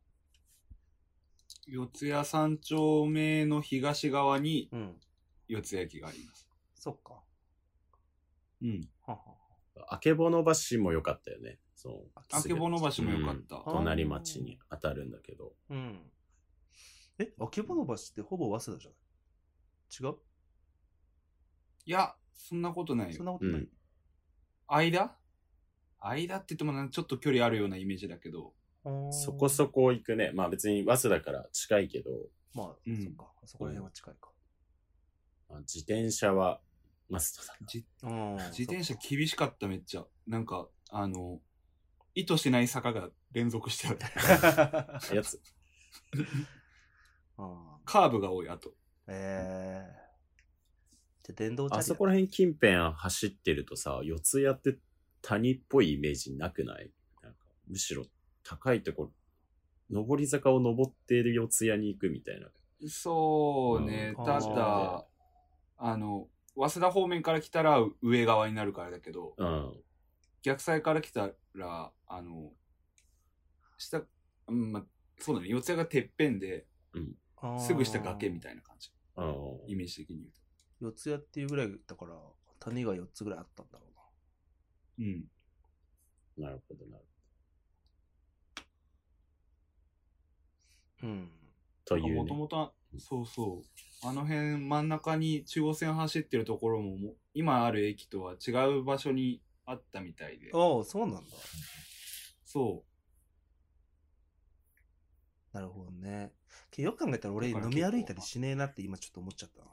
Speaker 2: 四谷三丁目の東側に四谷駅があります。
Speaker 1: うん、そっか。
Speaker 2: うん。
Speaker 1: はは。
Speaker 3: あけぼの橋も良かったよね。そう。
Speaker 2: あけぼの橋も良かった、
Speaker 3: うん。隣町に当たるんだけど。
Speaker 1: うん。え、あけぼの橋ってほぼ早稲田じゃない？違う？
Speaker 2: いや、そんなことないよ。
Speaker 1: そんなことない。うん、
Speaker 2: 間間って言ってもちょっと距離あるようなイメージだけど。
Speaker 3: そこそこ行くね。まあ別に早稲田から近いけど。
Speaker 1: まあ、うん、そっか。そこら辺は近いか。
Speaker 3: うん、自転車はマストだな。
Speaker 2: じ自転車厳しかっためっちゃ。なんか、あの、意図しない坂が連続してある。
Speaker 3: やつ。
Speaker 2: カーブが多い、あと。
Speaker 1: えー。で、電動チャリ。
Speaker 3: あそこら辺近辺走ってるとさ、四谷って谷っぽいイメージなくない？なんかむしろ高いところ、上り坂を登っている四谷に行くみたいな。
Speaker 2: そうね、うん、ただ、あの、早稲田方面から来たら上側になるからだけど、
Speaker 3: うん、
Speaker 2: 逆サイから来たら、あの、下、うん、ま、そうだね、四谷がてっぺんで、
Speaker 3: うん、
Speaker 2: すぐ下崖みたいな感じ。
Speaker 3: うん
Speaker 2: イメージ的に言うと。
Speaker 1: 四つ谷っていうぐらいだから、谷がよっつぐらいあったんだろ
Speaker 2: うん。
Speaker 3: なるほどなる
Speaker 1: ほど。うん。
Speaker 3: という、ね。
Speaker 2: もともと、そうそう。あの辺真ん中に中央線走ってるところも、も今ある駅とは違う場所にあったみたいで。
Speaker 1: ああ、そうなんだ。
Speaker 2: そう。
Speaker 1: なるほどね。よく考えたら俺飲み歩いたりしねえなって今ちょっと思っちゃった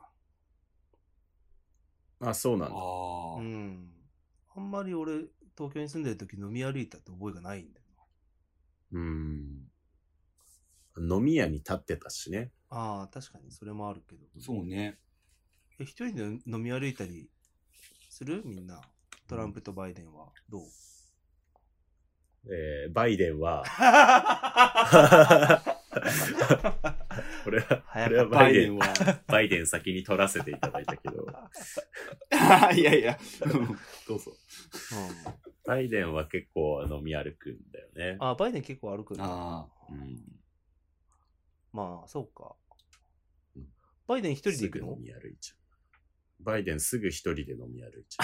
Speaker 3: な。あ、そうなんだ。
Speaker 2: あ
Speaker 1: うん。あんまり俺、東京に住んでる時飲み歩いたって覚えがないんだよ
Speaker 3: な。うん。飲み屋に立ってたしね。
Speaker 1: ああ、確かにそれもあるけど。
Speaker 2: そうね。
Speaker 1: え、一人で飲み歩いたりするみんな。トランプとバイデンはどう、
Speaker 3: えー、バイデンは、これは、これはバイデンは、バイデン先に取らせていただいたけど。
Speaker 2: いやいや、どうぞ。
Speaker 1: うん、
Speaker 3: バイデンは結構飲み歩くんだよね。
Speaker 1: あ、バイデン結構歩くんだ。
Speaker 2: あ、
Speaker 3: うん、
Speaker 1: まあ、そうか。バイデン一人で行くの？
Speaker 3: 飲み歩いちゃう。バイデンすぐ一人で飲み歩いちゃ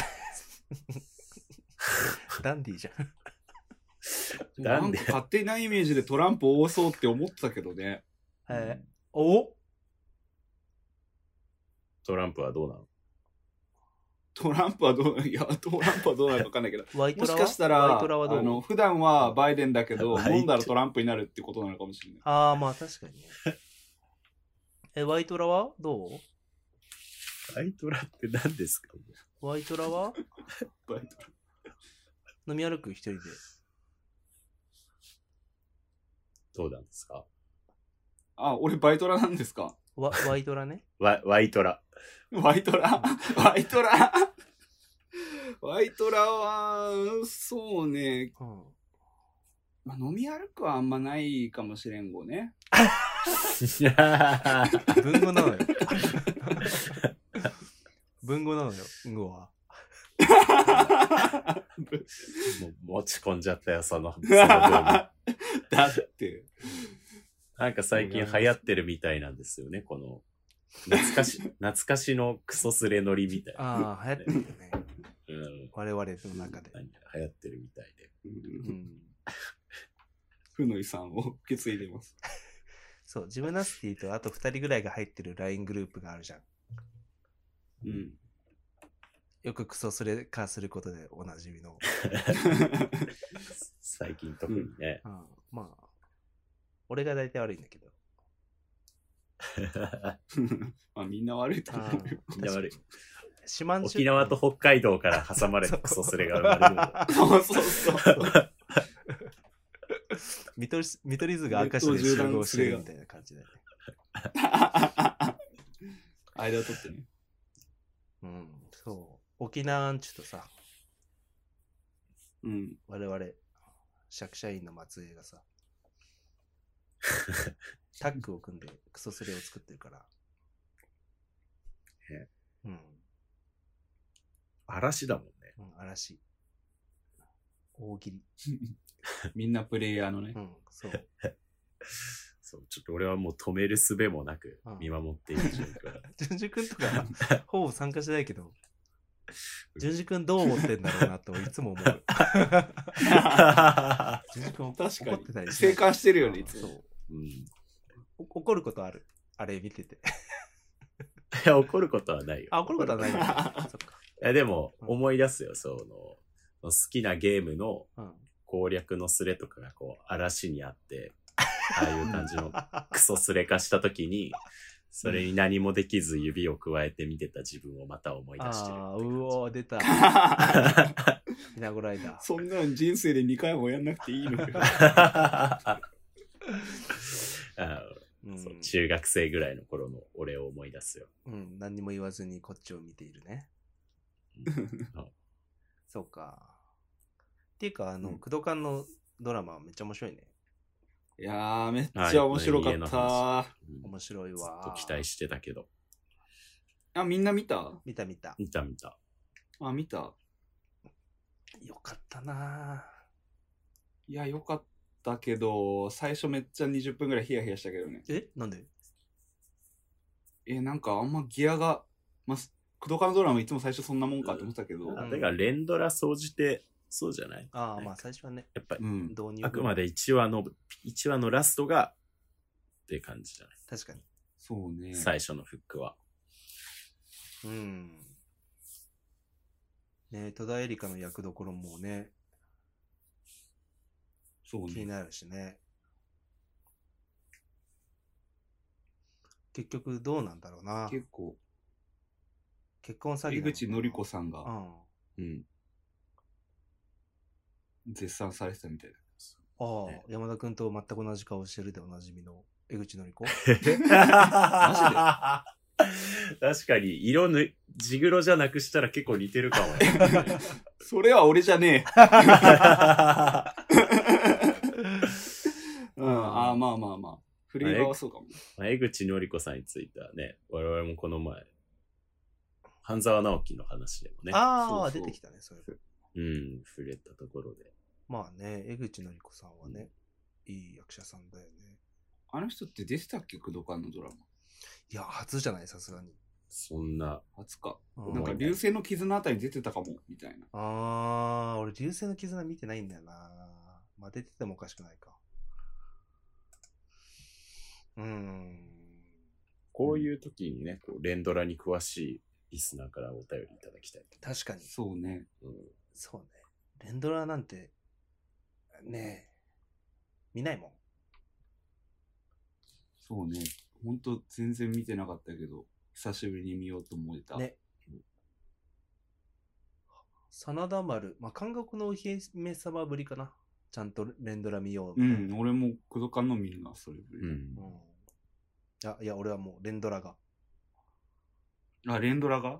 Speaker 1: う。ダンディーじゃん。
Speaker 2: なんか勝手なイメージでトランプ多そうって思ってたけどね。
Speaker 1: えー、お
Speaker 3: トランプはどうなの？
Speaker 2: トランプはどう、いや、トランプはどうなるか分かんないけど、
Speaker 1: ワイトラは
Speaker 2: もしかしたら、
Speaker 1: ワイトラはどう？
Speaker 2: あの、普段はバイデンだけど、飲んだらトランプになるってことなのかもしれない。
Speaker 1: ああ、まあ確かにね。え、ワイトラはどう？
Speaker 3: ワイトラって何ですか？
Speaker 1: ワイトラは
Speaker 2: ワイトラ
Speaker 1: 飲み歩く一人で。
Speaker 3: どうなんですか？
Speaker 2: あ、俺バイトラなんですか？
Speaker 1: ワワイトラね。
Speaker 3: ワワイトラ。
Speaker 2: ワイトラワイトラワイトラは、そうね。
Speaker 1: うん、
Speaker 2: まあ、飲み歩くはあんまないかもしれんごね。
Speaker 1: 文語なのよ。文語なのよ、語は。
Speaker 3: もう持ち込んじゃったよ、その。そのだ
Speaker 2: って。
Speaker 3: なんか最近流行ってるみたいなんですよね、この。懐かし、懐かしのクソスレノリみたいな。
Speaker 1: ああ、流行ってるよね。
Speaker 3: うん、
Speaker 1: 我々の中で。
Speaker 3: 流行ってるみたいで。
Speaker 2: うん。ふのいさんを受け継いでます。
Speaker 1: そう、ジムナスティとあとふたりぐらいが入ってる ライン グループがあるじゃん。
Speaker 2: うん。
Speaker 1: よくクソスレ化することでおなじみの。
Speaker 3: 最近特にね。
Speaker 1: うん、まあ、俺が大体悪いんだけど。
Speaker 2: まあみんな悪いと思う。
Speaker 3: みんな悪い。
Speaker 1: 沖
Speaker 3: 縄と北海道から挟まれたクソスレが生まれる。
Speaker 2: そうそうそう。
Speaker 1: 見取り、見取り図が明石で集合してるみたいな感じだよね。
Speaker 2: 間を取ってね。
Speaker 1: うん、そう。沖縄んちゅとさ、
Speaker 2: うん、
Speaker 1: 我々、釈社員の末裔がさ、タッグを組んでクソスレを作ってるから。
Speaker 3: ね、
Speaker 1: うん。
Speaker 3: 嵐だもんね。
Speaker 1: うん、嵐。大喜利。
Speaker 2: みんなプレイヤーのね。
Speaker 1: うん、そう。
Speaker 3: そう、ちょっと俺はもう止める術もなく見守っている状況だ。
Speaker 1: 淳二くんとか、ほぼ参加しないけど、淳二くんどう思ってんだろうなっていつも思う。淳二くん怒ってたり
Speaker 2: 生還してるよね、いつも。
Speaker 1: そう。うん。怒ることある。あれ見てて。
Speaker 3: いや、怒ることはないよ。
Speaker 1: あ、怒ることはないよ。そっか。
Speaker 3: いや、でも、思い出すよ、その、好きなゲームの攻略のスレとかがこう、嵐にあって、ああいう感じのクソスレ化したときに、それに何もできず指を加えて見てた自分をまた思い出してる。
Speaker 1: ああ、うおー、出た。ひなごライダー。
Speaker 2: そんなん人生でにかいもやんなくていいのよ。
Speaker 3: あうん、そう中学生ぐらいの頃の俺を思い出すよ。
Speaker 1: うん、何にも言わずにこっちを見ているね。うん、そうか。っていうか、あの、うん、工藤館のドラマめっちゃ面白いね。
Speaker 2: いやー、めっちゃ面白かった。
Speaker 1: うん、面白いわ。
Speaker 3: ずっと期待してたけど。
Speaker 2: あ、みんな見た？
Speaker 1: 見た見た。
Speaker 3: 見た見た。
Speaker 2: あ、見た。
Speaker 1: よかったな。
Speaker 2: いや、よかったけど、最初めっちゃにじゅっぷんぐらいヒヤヒヤしたけどね。
Speaker 1: え？なんで？
Speaker 2: え、なんかあんまギアが、まあ、クドカのドラマいつも最初そんなもんかと思ったけど。
Speaker 3: うん、あだから連ドラ総じてそうじゃない？
Speaker 1: ああ、まあ最初はね。
Speaker 3: やっぱり、
Speaker 2: うん、
Speaker 3: 導入あくまでいちわの、いちわのラストがって感じじゃない？
Speaker 1: 確かに。
Speaker 2: そうね。
Speaker 3: 最初のフックは。
Speaker 1: うん。ね、戸田恵梨香の役どころもね、
Speaker 2: そうね。
Speaker 1: 気になるしね。結局どうなんだろうな。
Speaker 2: 結構。
Speaker 1: 結婚詐欺。
Speaker 2: 江口のり子さんが、
Speaker 3: うん。
Speaker 2: 絶賛されてたみたいだ。
Speaker 1: ああ、ね、山田くんと全く同じ顔してるでおなじみの江口のり子。マ
Speaker 3: ジで確かに、色ぬ、地黒じゃなくしたら結構似てるかもね。
Speaker 2: それは俺じゃねえ。うん、ああ、まあまあまあ。フレーバーはそうかも、ね。
Speaker 3: まあ、江口のり子さんについてはね、我々もこの前、半沢直樹の話でもね。
Speaker 1: ああ、出てきたね、それ。
Speaker 3: うん、触れたところで。
Speaker 1: まあね、江口のり子さんはね、うん、いい役者さんだよね。
Speaker 2: あの人って出てたっけ、工藤館のドラマ。
Speaker 1: いや、初じゃない、さすがに。
Speaker 3: そんな。
Speaker 2: 初か。なんか、流星の絆あたり出てたかも、みたいな。
Speaker 1: ああ、俺、流星の絆見てないんだよな。まあ、出ててもおかしくないか。うーん。
Speaker 3: こういう時にね、こう連ドラに詳しいリスナーからお便りいただきたい。
Speaker 1: 確かに。
Speaker 2: そうね。
Speaker 3: うん、
Speaker 1: そうね。連ドラなんて、ねえ、見ないもん。
Speaker 2: そうね。ほんと全然見てなかったけど、久しぶりに見ようと思えた。ね。
Speaker 1: 真田丸、まあ、韓国のお姫様ぶりかな。ちゃんと連ドラ見よう。
Speaker 2: うん、俺も工藤館のみんなそれぶり。うん。うん、
Speaker 1: いや、いや、俺はもう連ドラが。
Speaker 2: あ、連ドラが？
Speaker 1: うん。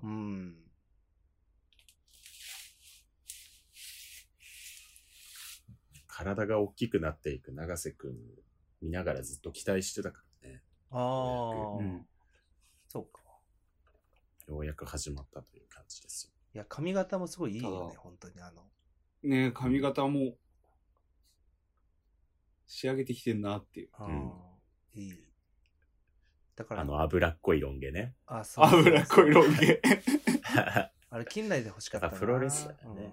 Speaker 3: 体が大きくなっていく永瀬くん見ながらずっと期待してたからね。
Speaker 1: ああ、うん。そうか。
Speaker 3: ようやく始まったという感じですよ。
Speaker 1: いや、髪型もすごいいいよね、本当にあの。
Speaker 2: ねえ、髪型も仕上げてきてんなっていう。
Speaker 1: ああ、うん、いい。
Speaker 3: だから。あの、脂っこいロン毛ね。
Speaker 2: あ、そうそうそう。脂っこいロン毛。
Speaker 1: あれ、近代で欲しかったな。
Speaker 3: プロレスだよね。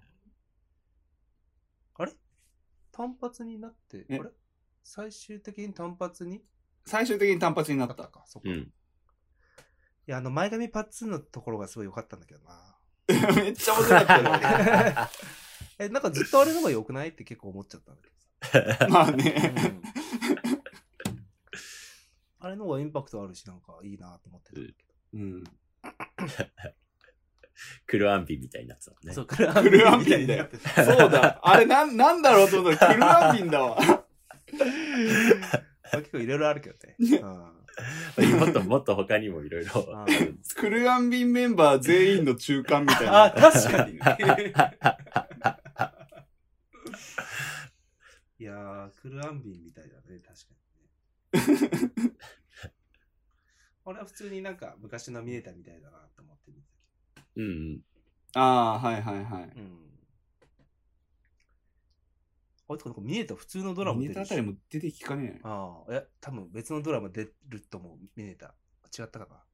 Speaker 1: うん、あれ単発になって、あれ最終的に単発に
Speaker 2: 最終的に単発になったか。
Speaker 1: そっか。うん、いや、あの、前髪パッツンのところがすごい良かったんだけどな。
Speaker 2: めっちゃ面白かったよね。
Speaker 1: え、なんかずっとあれの方が良くないって結構思っちゃったんだけど。
Speaker 2: まあね、
Speaker 1: うん。あれの方がインパクトあるし、なんかいいなと思ってたんだけど。うん。
Speaker 3: クルアンビンみたいになってたもんね。
Speaker 1: そう、
Speaker 2: クルアンビンみたいになってた。そうだ。あれなん、なんだろうと思ったらクルアンビンだわ。
Speaker 1: 結構いろいろあるけどね。
Speaker 3: うん、もっともっと他にもいろいろ。
Speaker 2: クルアンビンメンバー全員の中間みたいな。
Speaker 1: あ、確かに。いやー、クルアンビンみたいだね、確かにね。俺は普通になんか昔のミネタみたいだなと思って見てたけど。
Speaker 3: うん。
Speaker 2: ああ、はいはいはい。うん。
Speaker 1: あれとかミネタ普通のドラマ
Speaker 2: 出るし。ミネタあたりも出てきかねえ。
Speaker 1: ああ、いや、多分別のドラマ出ると思う、ミネタ。違ったかな。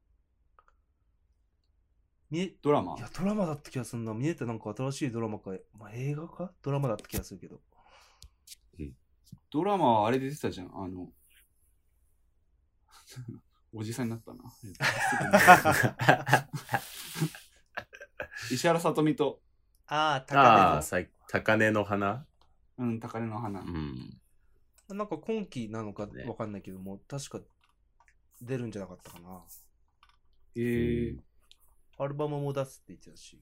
Speaker 1: ミネ
Speaker 2: ドラマ？
Speaker 1: いや、ドラマだった気がするな。ミネタなんか新しいドラマか、まあ、映画かドラマだった気がするけど。
Speaker 2: うん。ドラマはあれ出てたじゃん。あの、おじさんになったな。石原さとみと。
Speaker 1: ああ、
Speaker 3: 高根の。高根の花？
Speaker 2: うん、高根の花。
Speaker 3: うん。
Speaker 1: なんか今期なのかわかんないけども、ね、確か出るんじゃなかったかな。
Speaker 2: へえー。
Speaker 1: アルバムも出すって言ってたし。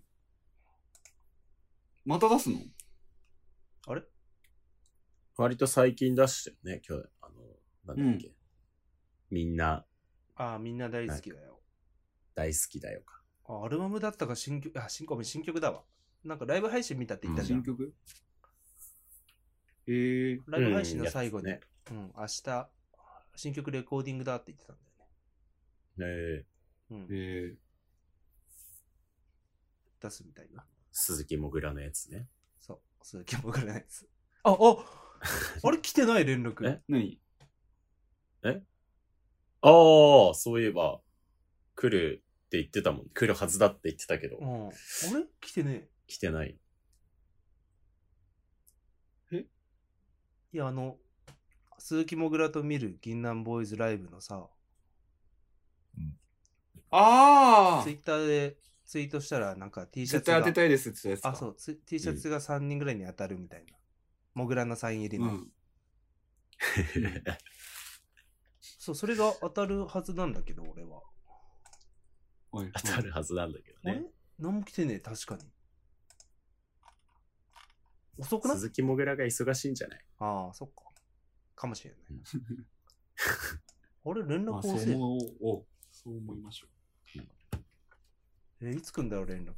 Speaker 2: また出すの？
Speaker 1: あれ？
Speaker 3: 割と最近出してるね、今日。あの、なんだっけ。うん、みんな。
Speaker 1: ああ、みんな大好きだよ。
Speaker 3: 大好きだよか。
Speaker 1: あ、アルバムだったか新曲、あ、新曲、新曲だわ。なんかライブ配信見たって言ったじゃん。
Speaker 2: 新曲？えー、
Speaker 1: ライブ配信の最後に、うん、ね、うん、明日、新曲レコーディングだって言ってたんだよね。
Speaker 3: へえ
Speaker 1: ー。うん。
Speaker 2: えー。
Speaker 1: 出すみたいな。
Speaker 3: 鈴木もぐらのやつね。
Speaker 1: そう、鈴木もぐらのやつ。あ、ああれ来てない連絡。
Speaker 2: え何？
Speaker 3: えああ、そういえば、 来るって言ってたもん。来るはずだって言ってたけど。
Speaker 1: うん。あれ来てね
Speaker 3: 来てない。
Speaker 1: えいや、あの、鈴木もぐらと見る銀杏ボーイズライブのさ、
Speaker 2: うん、ああ
Speaker 1: ツイッターでツイートしたら、なんか T シャツが。
Speaker 2: 絶対当てたいですって言ったやつか。
Speaker 1: あ、そう、T シャツがさんにんぐらいに当たるみたいな。もぐらのサイン入りの。うん、そう、それが当たるはずなんだけど、俺は。
Speaker 3: 当たるはずなんだけどね。
Speaker 1: あれ何も来てねえ、確かに。遅くない？
Speaker 3: 鈴木もぐらが忙しいんじゃない？
Speaker 1: ああ、そっか。かもしれない。あれ、連絡
Speaker 2: をせ、まあ、そう思う。そう思いましょ
Speaker 1: う。え、いつ来んだろう、連絡。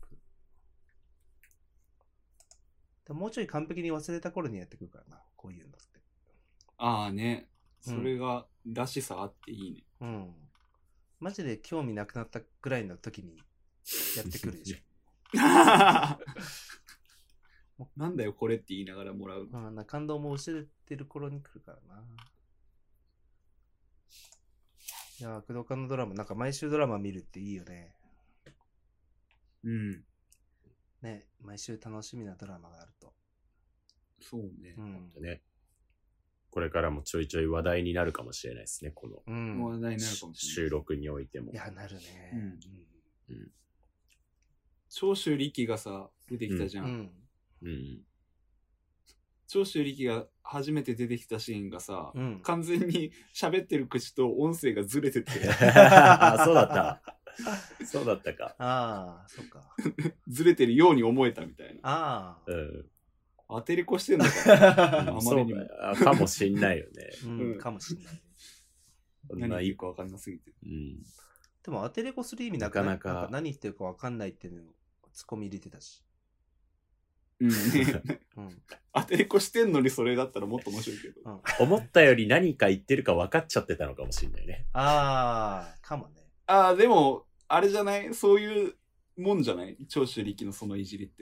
Speaker 1: もうちょい完璧に忘れた頃にやってくるからな、こういうのって。
Speaker 2: ああね。それが、らしさあっていいね。
Speaker 1: うん。マジで興味なくなったぐらいの時にやってくるでしょ。
Speaker 2: なんだよこれって言いながらもらう。
Speaker 1: あな感動も教えてる頃に来るからな。いやー、工藤館のドラマ、なんか毎週ドラマ見るっていいよね。
Speaker 2: うん。
Speaker 1: ね、毎週楽しみなドラマがあると。
Speaker 2: そうね。
Speaker 3: うん。ね。これからもちょいちょい話題になるかもしれないですね、この。
Speaker 2: うん、話題になるかもしれない。
Speaker 3: 収録においても。
Speaker 1: いや、なるね。
Speaker 2: うん。うん。長州力がさ、出てきたじゃん。うん。うん、長州力が初めて出てきたシーンがさ、うん、完全に喋ってる口と音声がずれてて。
Speaker 3: あ、そうだった。そうだったか。
Speaker 1: ああ、そっか。
Speaker 2: ずれてるように思えたみたいな。
Speaker 1: ああ。
Speaker 3: うん。
Speaker 2: 当てれこしてんのかな。
Speaker 3: あまりにも。かもしんないよね。
Speaker 1: うん、かもしんない。
Speaker 2: 何言ってるか分かんなすぎて。
Speaker 1: うん。でも当てれこする意味なく
Speaker 3: なかなか。
Speaker 1: なんか何言ってるか分かんないっていうのをツッコミ入れてたし。
Speaker 2: うんね、うん、当てれこしてんのにそれだったらもっと面白いけど、
Speaker 3: うん、思ったより何か言ってるか分かっちゃってたのかもしれないね。
Speaker 1: ああ、かもね。
Speaker 2: ああ、でもあれじゃない、そういうもんじゃない、長州力のそのいじりって。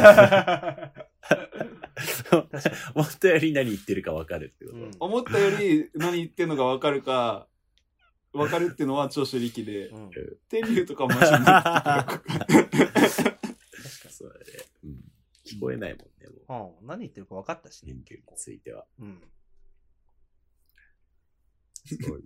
Speaker 3: 思ったより何言ってるか分かるってこと、うん、
Speaker 2: 思ったより何言ってるのが分かるか分かるっていうのは長州力で、うん、天竜とかもマシになってた。確
Speaker 3: かそうだね。うん、聞こえないもんね。
Speaker 1: もう、うん、何言ってるか分かったしね。
Speaker 3: 天竜については。
Speaker 1: うん。
Speaker 3: すごい。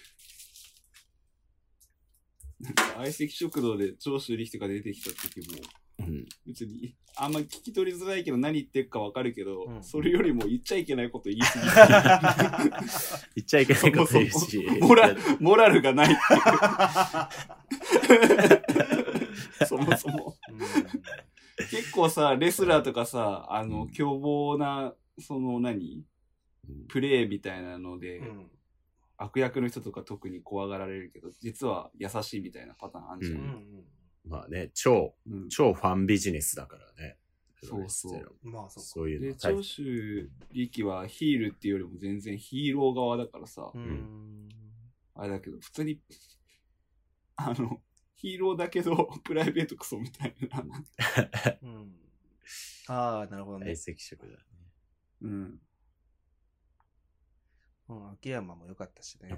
Speaker 2: 相席食堂で長州力とか出てきた時も、うん、別にあんま聞き取りづらいけど何言ってるか分かるけど、うん、それよりも言っちゃいけないこと言いすぎて
Speaker 3: 言っちゃいけないこと言うし
Speaker 2: モラモラルがないってそもそも、うん、結構さレスラーとかさあの凶暴なその何プレーみたいなので、うん、悪役の人とか特に怖がられるけど実は優しいみたいなパターンあるじゃん、うんうん、
Speaker 3: まあね超、うん、超ファンビジネスだからね。
Speaker 2: そうそう。
Speaker 3: まあそう。そういうの。
Speaker 2: で、長州力はヒールっていうよりも全然ヒーロー側だからさ、うん、あれだけど普通にあのヒーローだけどプライベートクソみたいな、
Speaker 1: うん、ああなるほどね。
Speaker 3: 相席食だね。
Speaker 2: うん。
Speaker 1: うん、秋山も良かったしね。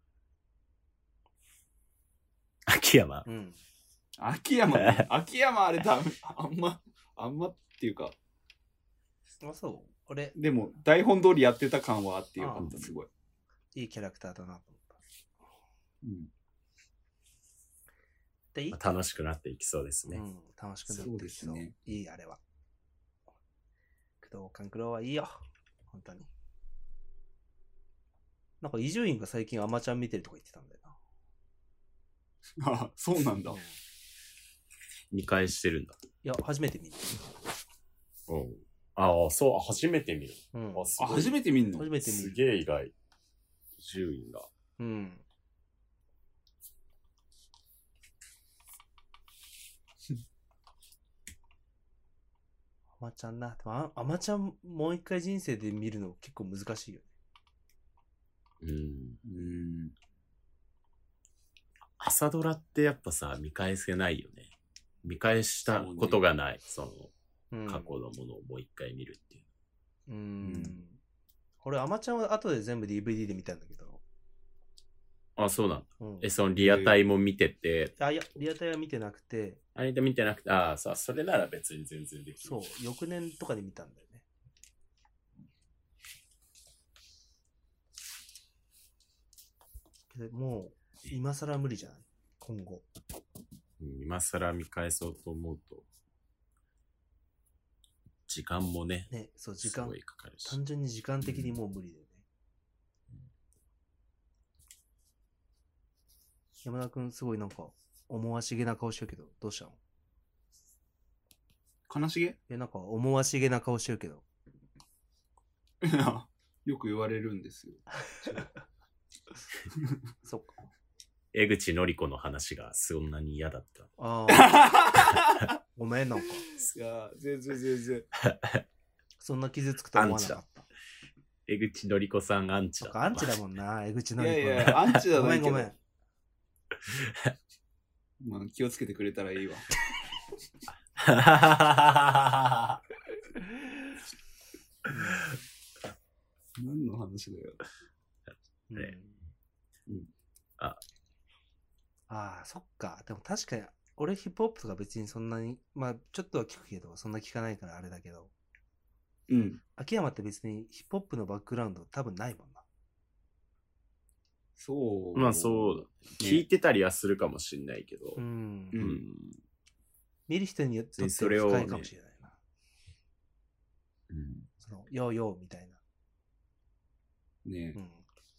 Speaker 3: 秋山、
Speaker 2: うん、秋山、ね、秋山あれダメ、あんま、あんまっていうか。
Speaker 1: あ、そう俺。
Speaker 2: でも、台本通りやってた感はあってよかった、すごい。
Speaker 1: いいキャラクターだなと思った。うん。
Speaker 3: で、いい楽しくなっていきそうですね。うん、
Speaker 1: 楽しくなっていきそう。そうですね。いい、あれは。工藤官九郎はいいよ。本当に。なんか伊集院が最近アマちゃん見てるとか言ってたんだよ
Speaker 2: な。ああ、そうなんだ。
Speaker 3: 見返してるんだ。
Speaker 1: いや、初めて見る。
Speaker 3: うん。ああ、そう、初めて見る。
Speaker 2: うん、あ、初めて見るの？
Speaker 1: 初めて見る。
Speaker 3: すげえ意外。伊集院が。
Speaker 1: うん。アマちゃんな。あ、アマちゃんもう一回人生で見るの結構難しいよね。
Speaker 3: うん。うん。朝ドラってやっぱさ、見返せないよね。見返したことがない。そ,、ね、その、過去のものをもう一回見るっていう。
Speaker 1: うん。うん、俺、アマちゃんは後で全部 ディーブイディー で見たんだけど。
Speaker 3: あ、そうなんだ。
Speaker 1: うん、
Speaker 3: え、そのリアタイも見てて。
Speaker 1: あ、いや、リアタイは見てなくて。
Speaker 3: あれで見てなくて、ああ、さ、それなら別に全然できる。
Speaker 1: そう、翌年とかで見たんだよね。けどもう、今更無理じゃない今後。
Speaker 3: うん、今更見返そうと思うと、時間もね、
Speaker 1: ね、そう、時間、
Speaker 3: すごいかかるし。
Speaker 1: 単純に時間的にもう無理だよね。うん、山田くん、すごいなんか、思わしげな顔してるけど、どうしたの？
Speaker 2: 悲しげ？
Speaker 1: え、なんか、思わしげな顔してるけど。
Speaker 2: いや、よく言われるんですよ。
Speaker 1: そっか。
Speaker 3: 江口のり子の話がそんなに嫌だった。
Speaker 1: ああ。ごめん、なんか。
Speaker 2: いや、全然全然。
Speaker 1: そんな傷つくと思わなかった。
Speaker 3: 江口のり子さんアンチだ。
Speaker 1: アンチだもんな、江口のり子。
Speaker 2: いやいや、アンチだないけど。
Speaker 1: ごめんごめん。
Speaker 2: まあ、気をつけてくれたらいいわ。何の話だよ。
Speaker 3: うんうん、
Speaker 1: ああ、そっか。でも確かに、俺ヒップホップとか別にそんなに、まあちょっとは聞くけど、そんな聞かないからあれだけど。
Speaker 2: うん。
Speaker 1: 秋山って別にヒップホップのバックグラウンド多分ないもんな。
Speaker 2: そう。
Speaker 3: まあそう、ね、聞いてたりはするかもしんないけど。
Speaker 1: うん。
Speaker 2: うん。
Speaker 1: 見る人によって深いかもしれないな。
Speaker 3: うん。
Speaker 1: その、ヨーヨーみたいな。
Speaker 2: ねえ。
Speaker 1: うん、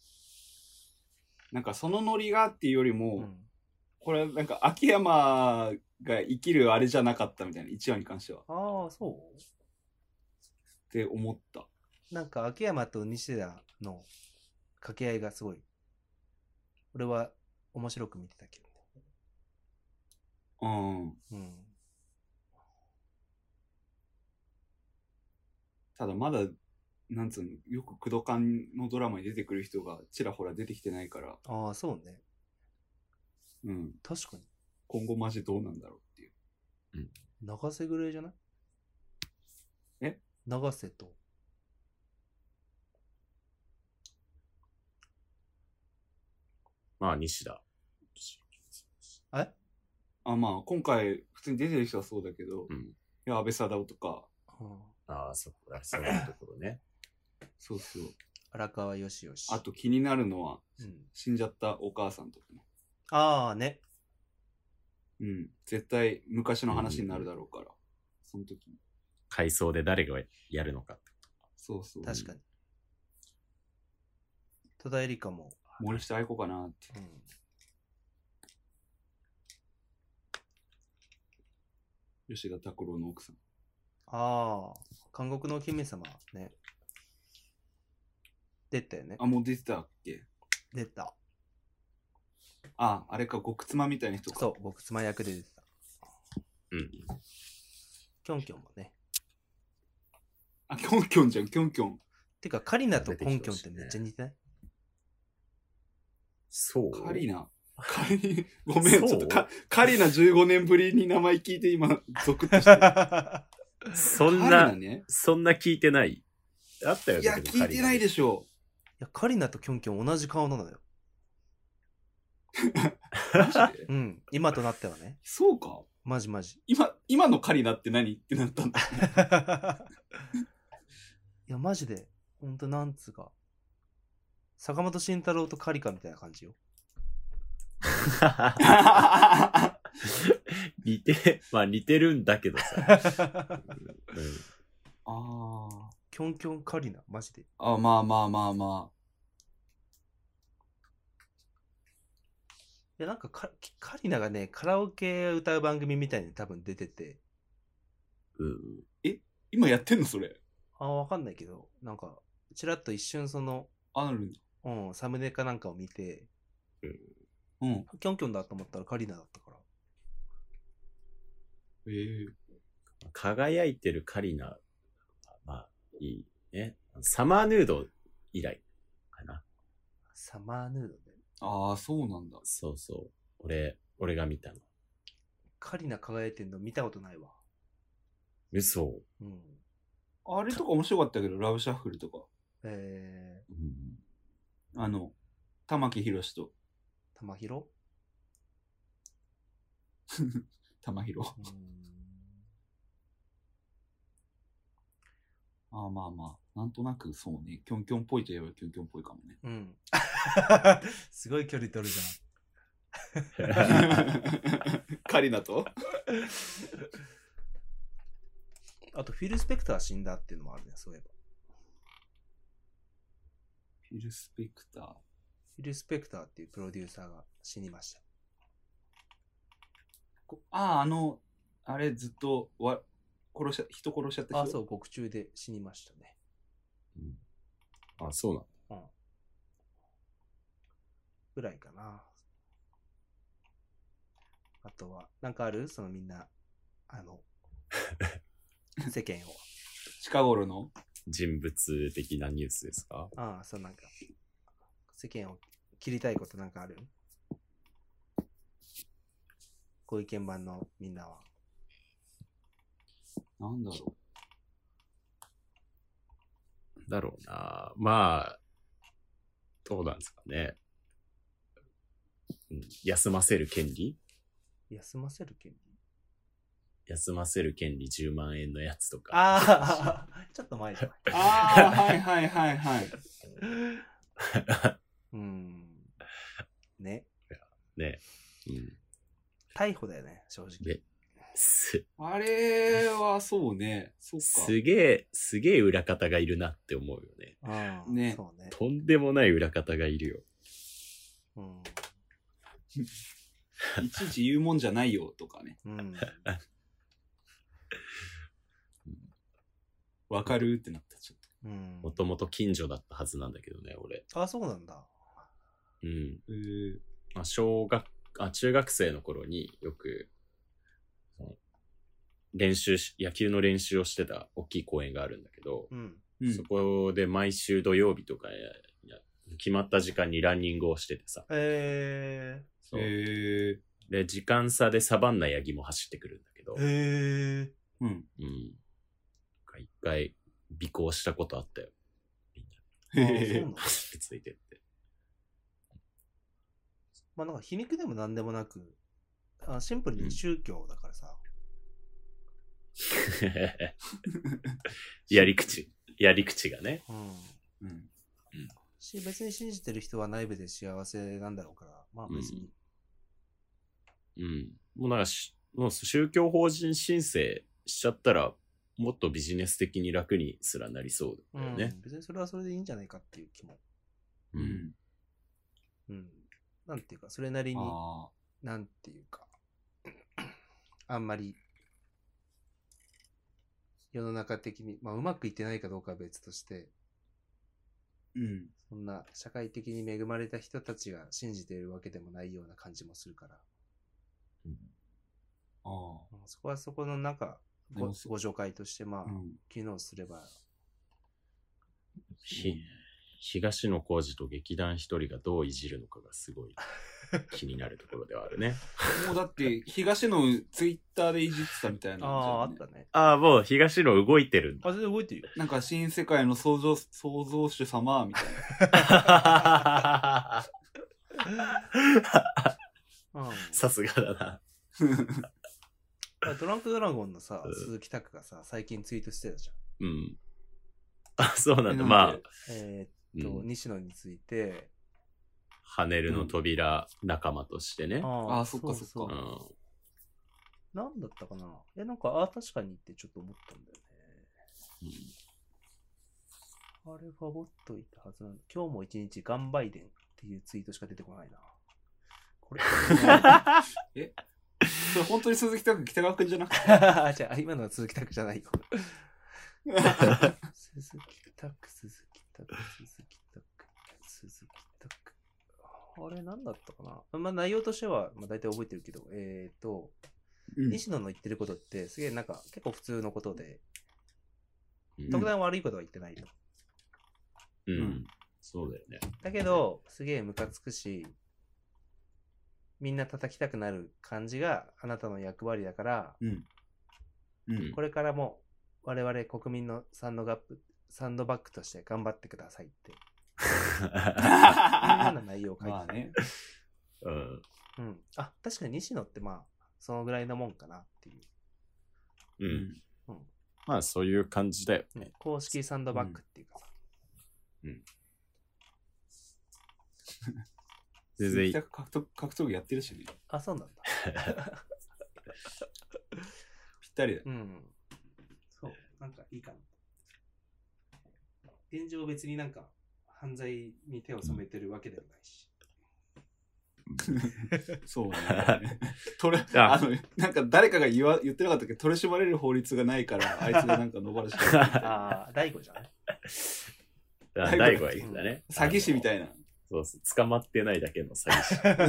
Speaker 2: なんかそのノリがっていうよりも、
Speaker 1: うん、
Speaker 2: これなんか秋山が生きるあれじゃなかったみたいな、一話に関しては。
Speaker 1: ああ、そう
Speaker 2: って思った。
Speaker 1: なんか秋山と西田の掛け合いがすごい、俺は面白く見てたけどね。
Speaker 2: うん。
Speaker 1: うん。
Speaker 2: ただまだ、なんつうの、よく工藤館のドラマに出てくる人がちらほら出てきてないから。
Speaker 1: ああ、そうね。
Speaker 2: うん。
Speaker 1: 確かに。
Speaker 2: 今後マジどうなんだろうっていう。
Speaker 3: うん。
Speaker 1: 長瀬ぐらいじゃない？
Speaker 2: え？
Speaker 1: 長瀬と。
Speaker 3: まあ、西田。
Speaker 1: え？
Speaker 2: あ、まあ、今回、普通に出てる人はそうだけど、
Speaker 3: うん、
Speaker 2: いや、安倍貞夫とか。
Speaker 3: ああ、そこだ、そういうところね。
Speaker 2: そうそう。
Speaker 1: 荒川よしよし。
Speaker 2: あと気になるのは、
Speaker 1: うん、
Speaker 2: 死んじゃったお母さんとかね。
Speaker 1: ああね。
Speaker 2: うん。絶対昔の話になるだろうから。うん、その時に。
Speaker 3: 回想で誰がやるのか。
Speaker 2: そうそう。
Speaker 1: 確かに。戸田恵梨香も。
Speaker 2: 森下愛子かなって。うん。吉田拓郎の奥さん。
Speaker 1: ああ、監獄のお姫様ね。出たよね。
Speaker 2: あ、もう出てたっけ？
Speaker 1: 出た。
Speaker 2: あ、あれか、極妻みたいな人か。
Speaker 1: そう、極妻役で出てた。
Speaker 3: うん。
Speaker 1: キョンキョンもね。
Speaker 2: あ、キョンキョンじゃん、キョンキョン。
Speaker 1: てか、カリナとコンキョンってめっちゃ似てない？
Speaker 3: そう。
Speaker 2: カリナ。カリ、ごめん、ちょっとか、カリナじゅうごねんぶりに名前聞いて今、ゾクッとして。
Speaker 3: そんな、ね、そんな聞いてない。あったよね。
Speaker 2: いや、聞いてないでしょ。
Speaker 1: いや、カリナとキョンキョン同じ顔なのよ。
Speaker 2: マジで？
Speaker 1: うん。今となってはね。
Speaker 2: そうか？
Speaker 1: マジマジ。
Speaker 2: 今、今のカリナって何ってなったんだ。
Speaker 1: いや、マジで、ほんとなんつうか。坂本慎太郎とカリカみたいな感じよ。
Speaker 3: 似て、まあ似てるんだけどさ。
Speaker 2: うん、ああ。
Speaker 1: キョンキョンカリナ、マジで。
Speaker 2: あ、まあまあまあまあ。
Speaker 1: いや、なんかカ、カリナがね、カラオケ歌う番組みたいに多分出てて。
Speaker 3: うん。
Speaker 2: え？今やってんのそれ？
Speaker 1: あ、わかんないけど、なんか、ちらっと一瞬その、
Speaker 2: あるんだ。
Speaker 1: うん、サムネかなんかを見て、
Speaker 2: うん。
Speaker 1: キョンキョンだと思ったらカリナだったから。
Speaker 2: ええー。
Speaker 3: 輝いてるカリナ、まあ、いいね。サマーヌード以来かな。
Speaker 1: サマーヌードね。
Speaker 2: ああ、そうなんだ。
Speaker 3: そうそう。俺、俺が見たの。
Speaker 1: カリナ輝いてんの見たことないわ。
Speaker 3: 嘘。
Speaker 1: うん。
Speaker 2: あれとか面白かったけど、ラブシャッフルとか。
Speaker 1: えー、
Speaker 2: うん、あの、玉木宏と
Speaker 1: 玉広
Speaker 2: 玉広。ああまあまあ、なんとなくそうね、キョンキョンっぽいといえばキョンキョンっぽいかもね。
Speaker 1: うん。すごい距離取るじ
Speaker 2: カリナと
Speaker 1: ゃん。あと、フィル・スペクター死んだっていうのもあるね、そういえば。
Speaker 2: フィル・スペクター。
Speaker 1: フィル・スペクターっていうプロデューサーが死にました。
Speaker 2: ああ、あの、あれずっとわ殺しちゃ、人殺しちゃった人。
Speaker 1: あ、そう、獄中で死にましたね。
Speaker 3: うん、あ、そうなんだ。
Speaker 1: うん。ぐらいかな。あとは、なんかあるそのみんな、あの、世間を。
Speaker 2: 近頃の
Speaker 3: 人物的なニュースですか？
Speaker 1: ああ、そうなんか、世間を切りたいことなんかある？ご意見番のみんなは。
Speaker 2: なんだろ
Speaker 3: う。だろうな。まあ、どうなんですかね。うん、休ませる権利？
Speaker 1: 休ませる権利？
Speaker 3: 休ませる権利じゅうまんえんのやつとか。
Speaker 1: ああ、ちょっと前じゃない。
Speaker 2: ああ、はいはいはいはい。
Speaker 1: うん。ね。
Speaker 3: ね。うん。
Speaker 1: 逮捕だよね、正直。
Speaker 3: す
Speaker 2: あれはそうね。そうか。
Speaker 3: すげえ、すげえ裏方がいるなって思うよね。
Speaker 1: ああ、
Speaker 2: ね。
Speaker 1: そうね。
Speaker 3: とんでもない裏方がいるよ。
Speaker 1: うん。
Speaker 2: いちいち言うもんじゃないよとかね。
Speaker 1: うん。
Speaker 2: わかるってなったちょっ
Speaker 1: と。
Speaker 3: もともと近所だったはずなんだけどね、俺。
Speaker 1: あ、そうなんだ。
Speaker 3: うん。
Speaker 2: えー、
Speaker 3: まあ、小学、あ、中学生の頃によく、練習し、野球の練習をしてた大きい公園があるんだけど、
Speaker 1: うん
Speaker 2: うん、
Speaker 3: そこで毎週土曜日とかやや決まった時間にランニングをしててさ。
Speaker 1: へ
Speaker 3: ー。そう。
Speaker 2: へー。
Speaker 3: で、時間差でサバンナヤギも走ってくるんだけど。
Speaker 1: へー。
Speaker 2: うん。
Speaker 3: うん。一回、尾行したことあったよ。みん
Speaker 1: な。へー。そうなんだ。
Speaker 3: ついてって。
Speaker 1: まあなんか皮肉でもなんでもなく、あシンプルに宗教だからさ。うん
Speaker 3: やり口。やり口がね。
Speaker 1: うん。
Speaker 2: うん。
Speaker 1: し、別に信じてる人は内部で幸せなんだろうから、まあ別に。
Speaker 3: うん。うん、もうなんかし、もう宗教法人申請しちゃったら、もっとビジネス的に楽にすらなりそうだよね。
Speaker 1: うん、別にそれはそれでいいんじゃないかっていう気も。
Speaker 3: うん。
Speaker 1: うん。なんていうか、それなりに、なんていうか、あんまり、世の中的に、まあうまくいってないかどうかは別として、
Speaker 2: うん。
Speaker 1: そんな社会的に恵まれた人たちが信じているわけでもないような感じもするから。
Speaker 2: うん、ああ。
Speaker 1: そこはそこの中、ご, ご助会としてまあ、うん、機能すれば。
Speaker 3: ひ東野幸治と劇団一人がどういじるのかがすごい気になるところではあるね。
Speaker 2: もうだって東野ツイッターでいじってたみたいな、ね。
Speaker 1: ああ、あったね。
Speaker 3: ああ、もう東野動いてるんだ。
Speaker 1: あ、全然動いてるよ。
Speaker 2: なんか新世界の創造、創造主様みたい
Speaker 3: な。さすがだな。
Speaker 1: トランクドラゴンのさ、鈴木拓がさ、最近ツイートしてたじ
Speaker 3: ゃん。うん。あ、そうなんだ。まあ。
Speaker 1: えー、っと、うん、西野について。
Speaker 3: ハネルの扉仲間としてね。
Speaker 1: うん、ああ、そっかそっか。うん。なんだったかな。え、なんか、ああ、確かにってちょっと思ったんだよね。うん、あれ、ファボっといたはずなんだ。今日も一日、ガンバイデンっていうツイートしか出てこないな。これ
Speaker 2: えそれ本当に鈴木拓北川くんじゃなくて
Speaker 1: あ、じゃあ、今のは鈴木拓じゃないよ。鈴木拓、鈴木拓、鈴木拓、鈴木拓。あれ、なんだったかな。まあ、内容としては、まあ、大体覚えてるけど、えっ、ー、と、うん、西野の言ってることって、すげえなんか、結構普通のことで、うん、特段悪いことは言ってないと。
Speaker 3: うん。うん、そうだよね。
Speaker 1: だけど、すげえムカつくし、みんな叩きたくなる感じがあなたの役割だから、うんうん、これからも我々国民のサンドガップ、サンドバッグとして頑張ってくださいって。いうような内容を書いて、
Speaker 2: まあね、
Speaker 3: うん。
Speaker 1: うん。あ、確かに西野ってまあ、そのぐらいのもんかなっていう。
Speaker 3: うん。うん、まあ、そういう感じだよね。
Speaker 1: 公式サンドバッグっていうかさ。
Speaker 3: うん。うん、
Speaker 2: 全然格闘格闘技やってるしね。
Speaker 1: あ、そうなんだ。
Speaker 2: ぴったりだ。
Speaker 1: うん。そう、なんかいいかな。現状別になんか犯罪に手を染めてるわけでもないし。
Speaker 2: そうね。取れあのなんか誰かが言わ言ってなかったっけど、取り締まれる法律がないからあいつがなんか野放しして
Speaker 1: ああ、大悟じゃない
Speaker 3: 大悟はいいんだね。
Speaker 2: 詐欺師みたいな。
Speaker 3: そうそう、捕まってないだけの詐欺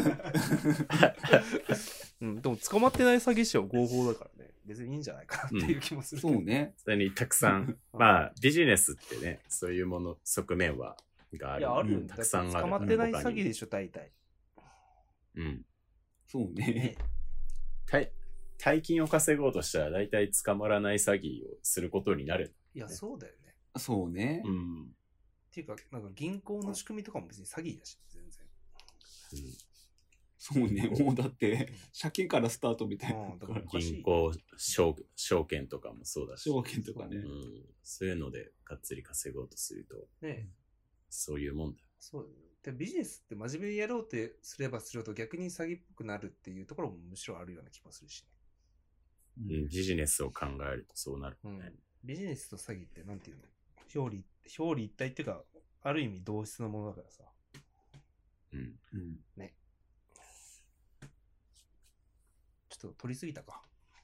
Speaker 1: 師。うん、でも捕まってない詐欺師は合法だからね。別にいいんじゃないかなっていう気もする、
Speaker 2: うん。そうね。
Speaker 3: それにたくさん、まあビジネスってね、そういうもの、側面は、がある。いや、
Speaker 1: あるんだ。たくさんある。捕まってない詐欺でしょ、大体。
Speaker 3: うん。
Speaker 2: そうね。
Speaker 3: 大、大金を稼ごうとしたら大体捕まらない詐欺をすることになる、ね。
Speaker 1: いや、そうだよね。
Speaker 2: そうね。
Speaker 3: うん。
Speaker 1: っていうか、なんか銀行の仕組みとかも別に詐欺だし、全然。
Speaker 2: うん、そうね。もうだって、借金からスタートみたいな。
Speaker 3: うん、だから銀行証、証券とかもそうだし。
Speaker 2: 証券とかね。
Speaker 3: うん。そういうので、がっつり稼ごうとすると。
Speaker 1: ね。
Speaker 3: そういうもんだよ。
Speaker 1: そうだよね。でビジネスって真面目にやろうってすればすると逆に詐欺っぽくなるっていうところもむしろあるような気もするし
Speaker 3: ね。うん、ビジネスを考えるとそうなる、ね、
Speaker 1: うん。ビジネスと詐欺ってなんていうの表裏、表裏一体っていうか、ある意味同質のものだからさ。
Speaker 3: うん。うん。
Speaker 1: ね。ちょっと取りすぎたか。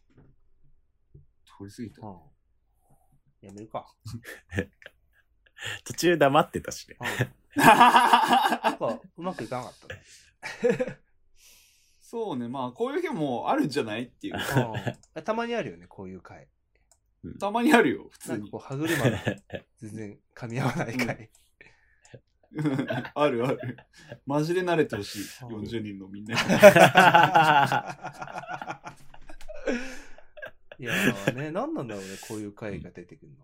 Speaker 2: 取りすぎた。うん、
Speaker 1: やめるか。
Speaker 3: 途中黙ってたしね。
Speaker 1: うん、なんかうまくいかなかったね。
Speaker 2: そうね、まあこういう日もあるんじゃないっていう。
Speaker 1: うん、たまにあるよね、こういう回。
Speaker 2: たまにあるよ、普通に。
Speaker 1: なんかこう歯車が全然噛み合わない回。
Speaker 2: うん、あるある。マジで慣れてほしい。よんじゅうにんのみんな。
Speaker 1: いやーね、何なんだろうね、こういう回が出てくるの。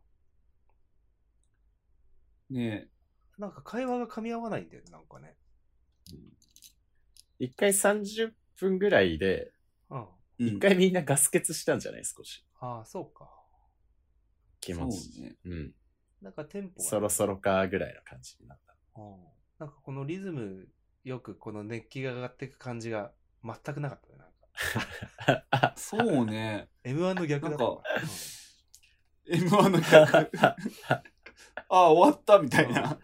Speaker 2: ねえ。
Speaker 1: なんか会話が噛み合わないんだよね、なんかね。
Speaker 3: 一回さんじゅっぷんぐらいで、一、うん、回みんなガス欠したんじゃない少し。
Speaker 1: ああ、そうか。
Speaker 3: 気持ち。ね。うん。
Speaker 1: なんかテンポが、ね、
Speaker 3: そろそろかぐらいの感じになった。
Speaker 1: なんかこのリズムよくこの熱気が上がっていく感じが全くなかったね。
Speaker 2: なんかそうね。
Speaker 1: エムワン の逆だった。うん、
Speaker 2: エムワン の逆。ああ、終わったみたいな。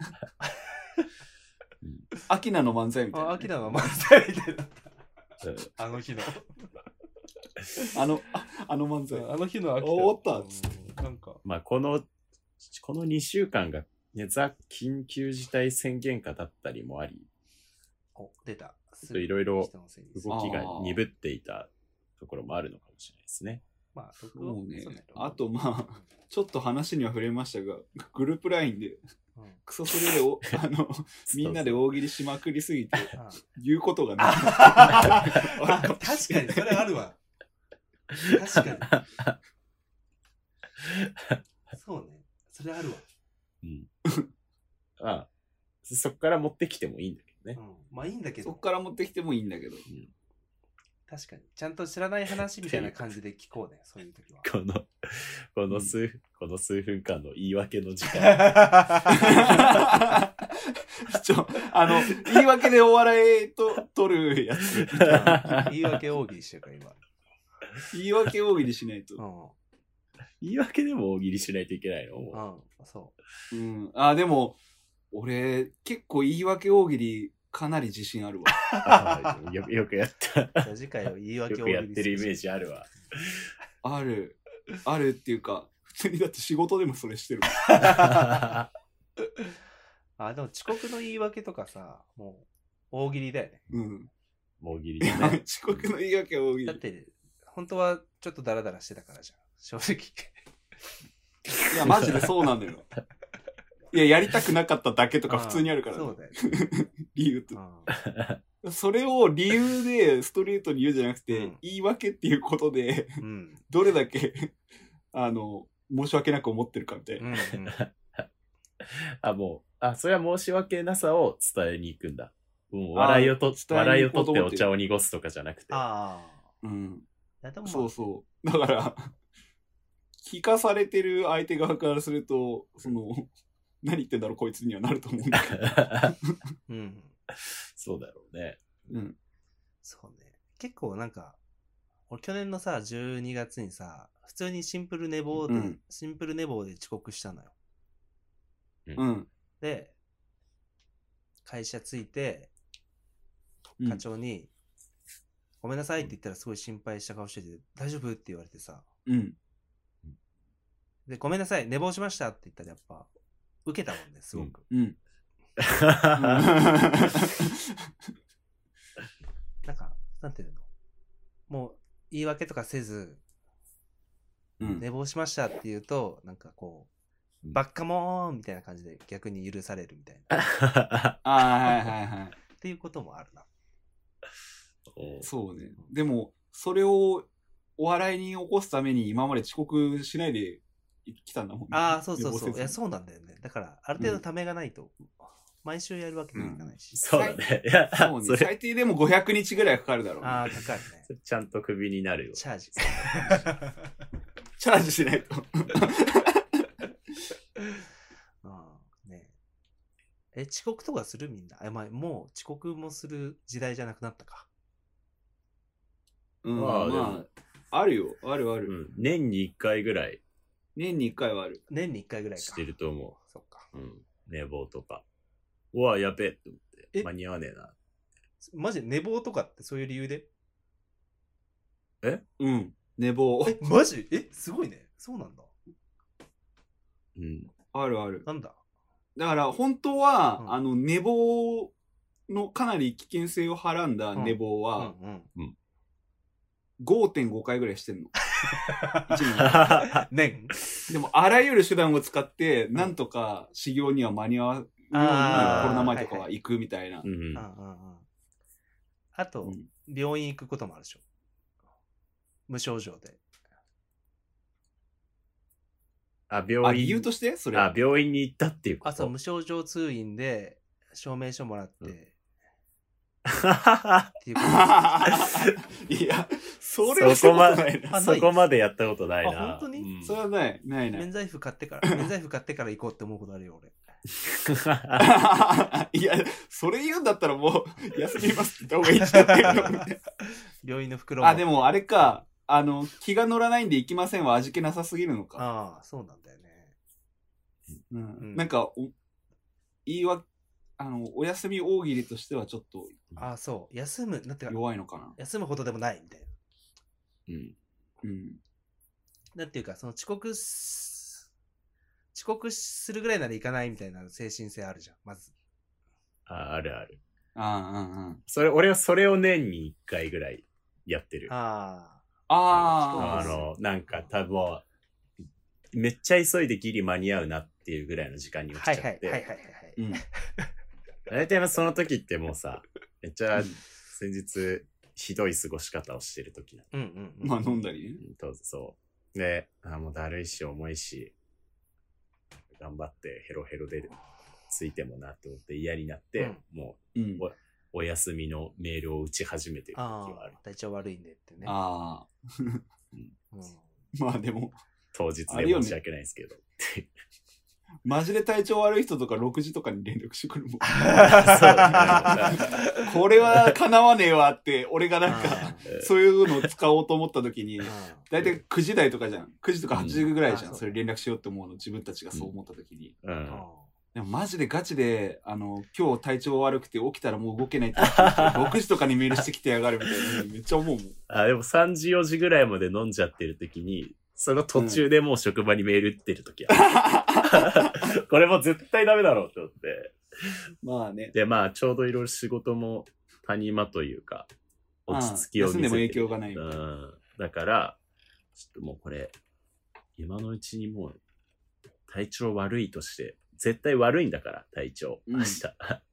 Speaker 2: アキナの漫才みたいな、ね。
Speaker 1: あ、アキナの漫才みたいな。あの日の。
Speaker 2: あの、あ、あの漫才。
Speaker 1: あの日のアキナ。
Speaker 2: 終わったっつって。
Speaker 3: なんか。まあ、この、このにしゅうかんが、ね、ザ緊急事態宣言下だったりもあり。
Speaker 1: お、出た。
Speaker 3: いろいろ動きが鈍っていたところもあるのかもしれないですね。
Speaker 1: まあ、
Speaker 2: そうね。あと、まあ、ちょっと話には触れましたが、グループラインで、うん、クソそれでおあのみんなで大喜利しまくりすぎて言うことがない。
Speaker 1: 確かにそれあるわ。確かに。そうね。それあるわ。
Speaker 3: うん。ああ、そっから持ってきてもいいんだけどね。
Speaker 1: うん、まあいいんだけど。
Speaker 2: そっから持ってきてもいいんだけど。うん、
Speaker 1: 確かに。ちゃんと知らない話みたいな感じで聞こうね、そういう時は。
Speaker 3: この、この数、うん、この数分間の言い訳の時間。
Speaker 2: ちょ、あの、言い訳でお笑いと取るやつ。
Speaker 1: 言い訳大喜利してるから、今。
Speaker 2: 言い訳大喜利しないと。
Speaker 3: うん、言い訳でも大喜利しないといけないの？
Speaker 1: うん、そう。
Speaker 2: うん。あ、でも、俺、結構言い訳大喜利、かなり自信あるわ。
Speaker 3: よ, よくやった。
Speaker 1: 次回は言い訳
Speaker 3: をやってるイメージあるわ。
Speaker 2: ある。あるっていうか、普通にだって仕事でもそれしてる。
Speaker 1: あ、でも遅刻の言い訳とかさ、もう大喜利だよね。
Speaker 2: うん。
Speaker 3: 大喜利だね。
Speaker 2: 遅刻の言い訳は大喜利。
Speaker 1: だって、本当はちょっとダラダラしてたからじゃん。正直。
Speaker 2: いや、マジでそうなのよ。いや、やりたくなかっただけとか普通にあるから、ね。
Speaker 1: そうだよ、ね。
Speaker 2: 理由と。それを理由でストレートに言うんじゃなくて、うん、言い訳っていうことで、うん、どれだけ、あの、申し訳なく思ってるかみたいな。うんうん、
Speaker 3: あ、もう、あ、それは申し訳なさを伝えに行くんだ。 もう笑いをと、
Speaker 2: 伝えに
Speaker 3: 笑いを
Speaker 2: 行こうと思って
Speaker 3: とってお茶を濁すとかじゃなくて。
Speaker 1: ああ。
Speaker 2: うん。
Speaker 1: いやでもまあ
Speaker 2: そうそう。だから、聞かされてる相手側からすると、その、何言ってんだろうこいつにはなると思うんだけど。
Speaker 1: うん。
Speaker 3: そうだろうね。
Speaker 2: うん。
Speaker 1: そうね。結構なんか、俺去年のさ、じゅうにがつにさ、普通にシンプル寝坊で、
Speaker 2: うん、
Speaker 1: シンプル寝坊で遅刻したのよ。
Speaker 2: うん。
Speaker 1: で、会社着いて、課長に、ごめんなさいって言ったらすごい心配した顔してて、大丈夫って言われてさ。
Speaker 2: うん。
Speaker 1: で、ごめんなさい、寝坊しましたって言ったらやっぱ、受けたもんね、すごく。
Speaker 2: うん。うん、
Speaker 1: なんか、なんていうのもう、言い訳とかせず、うん、寝坊しましたって言うと、なんかこう、バッカモーンみたいな感じで逆に許されるみたいな。
Speaker 2: ああ、はいはいはい。
Speaker 1: っていうこともあるな。
Speaker 2: そうね。でも、それをお笑いに起こすために今まで遅刻しないで来たんだもんね。
Speaker 1: ああ、そうそうそう。いや、そうなんだよね。だから、ある程度ためがないと、うん、毎週やるわけにはいかないし。
Speaker 3: うん、そうだね。いや、
Speaker 2: そうね。最低でもごひゃくにちぐらいかかるだろう、ね。
Speaker 1: ああ、かかるね。
Speaker 3: ちゃんとクビになるよ。
Speaker 1: チャージ。
Speaker 2: チャージしないと。
Speaker 1: ああ、ねえ。遅刻とかするみんな。え、まあ、もう遅刻もする時代じゃなくなったか。
Speaker 2: うん、まあ、まあ、あるよ。あるある、
Speaker 3: うん。年にいっかいぐらい。
Speaker 2: 年にいっかいはある。
Speaker 1: 年にいっかいぐらいか。
Speaker 3: してると思う。
Speaker 1: そっか。
Speaker 3: うん。寝坊とか。うわ、やべえって思って。間に合わねえな。
Speaker 1: マジで寝坊とかってそういう理由で？
Speaker 3: え？
Speaker 2: うん。寝坊。
Speaker 1: え、マジ？え、すごいね。そうなんだ。
Speaker 3: うん。
Speaker 2: あるある。
Speaker 1: なんだ？
Speaker 2: だから本当は、
Speaker 1: うん、
Speaker 2: あの寝坊のかなり危険性をはらんだ寝坊は、ごてんごかいぐらいしてんの。いちねん。でもあらゆる手段を使って、なんとか始業には間に合うように、コロナ前とかは行くみたいな。
Speaker 1: あと、うん、病院行くこともあるでしょ。無症状で。
Speaker 3: あ、病院。あ、
Speaker 2: 理由としてそれ。
Speaker 3: あ、病院に行ったっていうこと。
Speaker 1: あ、そう、無症状通院で証明書もらって。うん、
Speaker 2: っていうこといや、それは
Speaker 3: そこまで、そこまでやったことないな。
Speaker 1: あ、本当に、
Speaker 2: うん、それはない、ないない。
Speaker 1: 免罪符買ってから、免罪符買ってから行こうって思うことあるよ、俺。
Speaker 2: いや、それ言うんだったらもう、休みますって言った方がいいんじゃないの
Speaker 1: 病院の袋も。
Speaker 2: あ、でもあれか。あの、気が乗らないんで行きませんは味気なさすぎるのか。
Speaker 1: ああ、そうなんだよね。
Speaker 2: うん。うん、なんか、お言い訳、あの、お休み大喜利としてはちょっと。
Speaker 1: ああ、そう。休む、なんてか。
Speaker 2: 弱いのかな。
Speaker 1: 休むほどでもないみたいな。
Speaker 3: うん。
Speaker 2: うん。
Speaker 1: なんていうか、その遅刻す、遅刻するぐらいなら行かないみたいな精神性あるじゃん、まず。
Speaker 3: あ、あるある。
Speaker 2: ああ、うんうん。
Speaker 3: それ、俺はそれを年にいっかいぐらいやってる。
Speaker 1: ああ。
Speaker 2: あ
Speaker 3: あ。あの、なんか多分、めっちゃ急いでギリ間に合うなっていうぐらいの時間に起きちゃって。はいはいはいはい、はい。うん。大体その時ってもうさ、めっちゃ先日ひどい過ごし方をしてる時な
Speaker 1: の。うんうんうん。
Speaker 2: まあ飲んだりね。
Speaker 3: うん、そう。で、あ、もうだるいし重いし、頑張ってヘロヘロでついてもなって思って嫌になって、うん、もう、うん、お, お休みのメールを打ち始めてる時はある。
Speaker 1: あ、体調悪いんでってね。
Speaker 2: ああ。うんうん、まあでも。
Speaker 3: 当日で申し訳ないですけど。
Speaker 2: マジで体調悪い人とかろくじとかに連絡してくるもん。これは叶わねえわって、俺がなんか、そういうのを使おうと思った時に、だいたいくじ台とかじゃん。くじとかはちじぐらいじゃん。うん、それ連絡しようって思うの、自分たちがそう思った時に。うんうん、でもマジでガチで、あの、今日体調悪くて起きたらもう動けないってろくじとかにメールしてきてやがるみたいな、めっちゃ思うもん。
Speaker 3: あ、でもさんじよじぐらいまで飲んじゃってる時に、その途中でもう職場にメール打ってる時ある、うん、これも絶対ダメだろうって思って。
Speaker 2: まあね。
Speaker 3: で、まあ、ちょうどいろいろ仕事も谷間というか、落ち着きを見せて、
Speaker 2: 休んでも影響がない。
Speaker 3: うん。だから、ちょっともうこれ、今のうちにもう、体調悪いとして、絶対悪いんだから、体調。明日。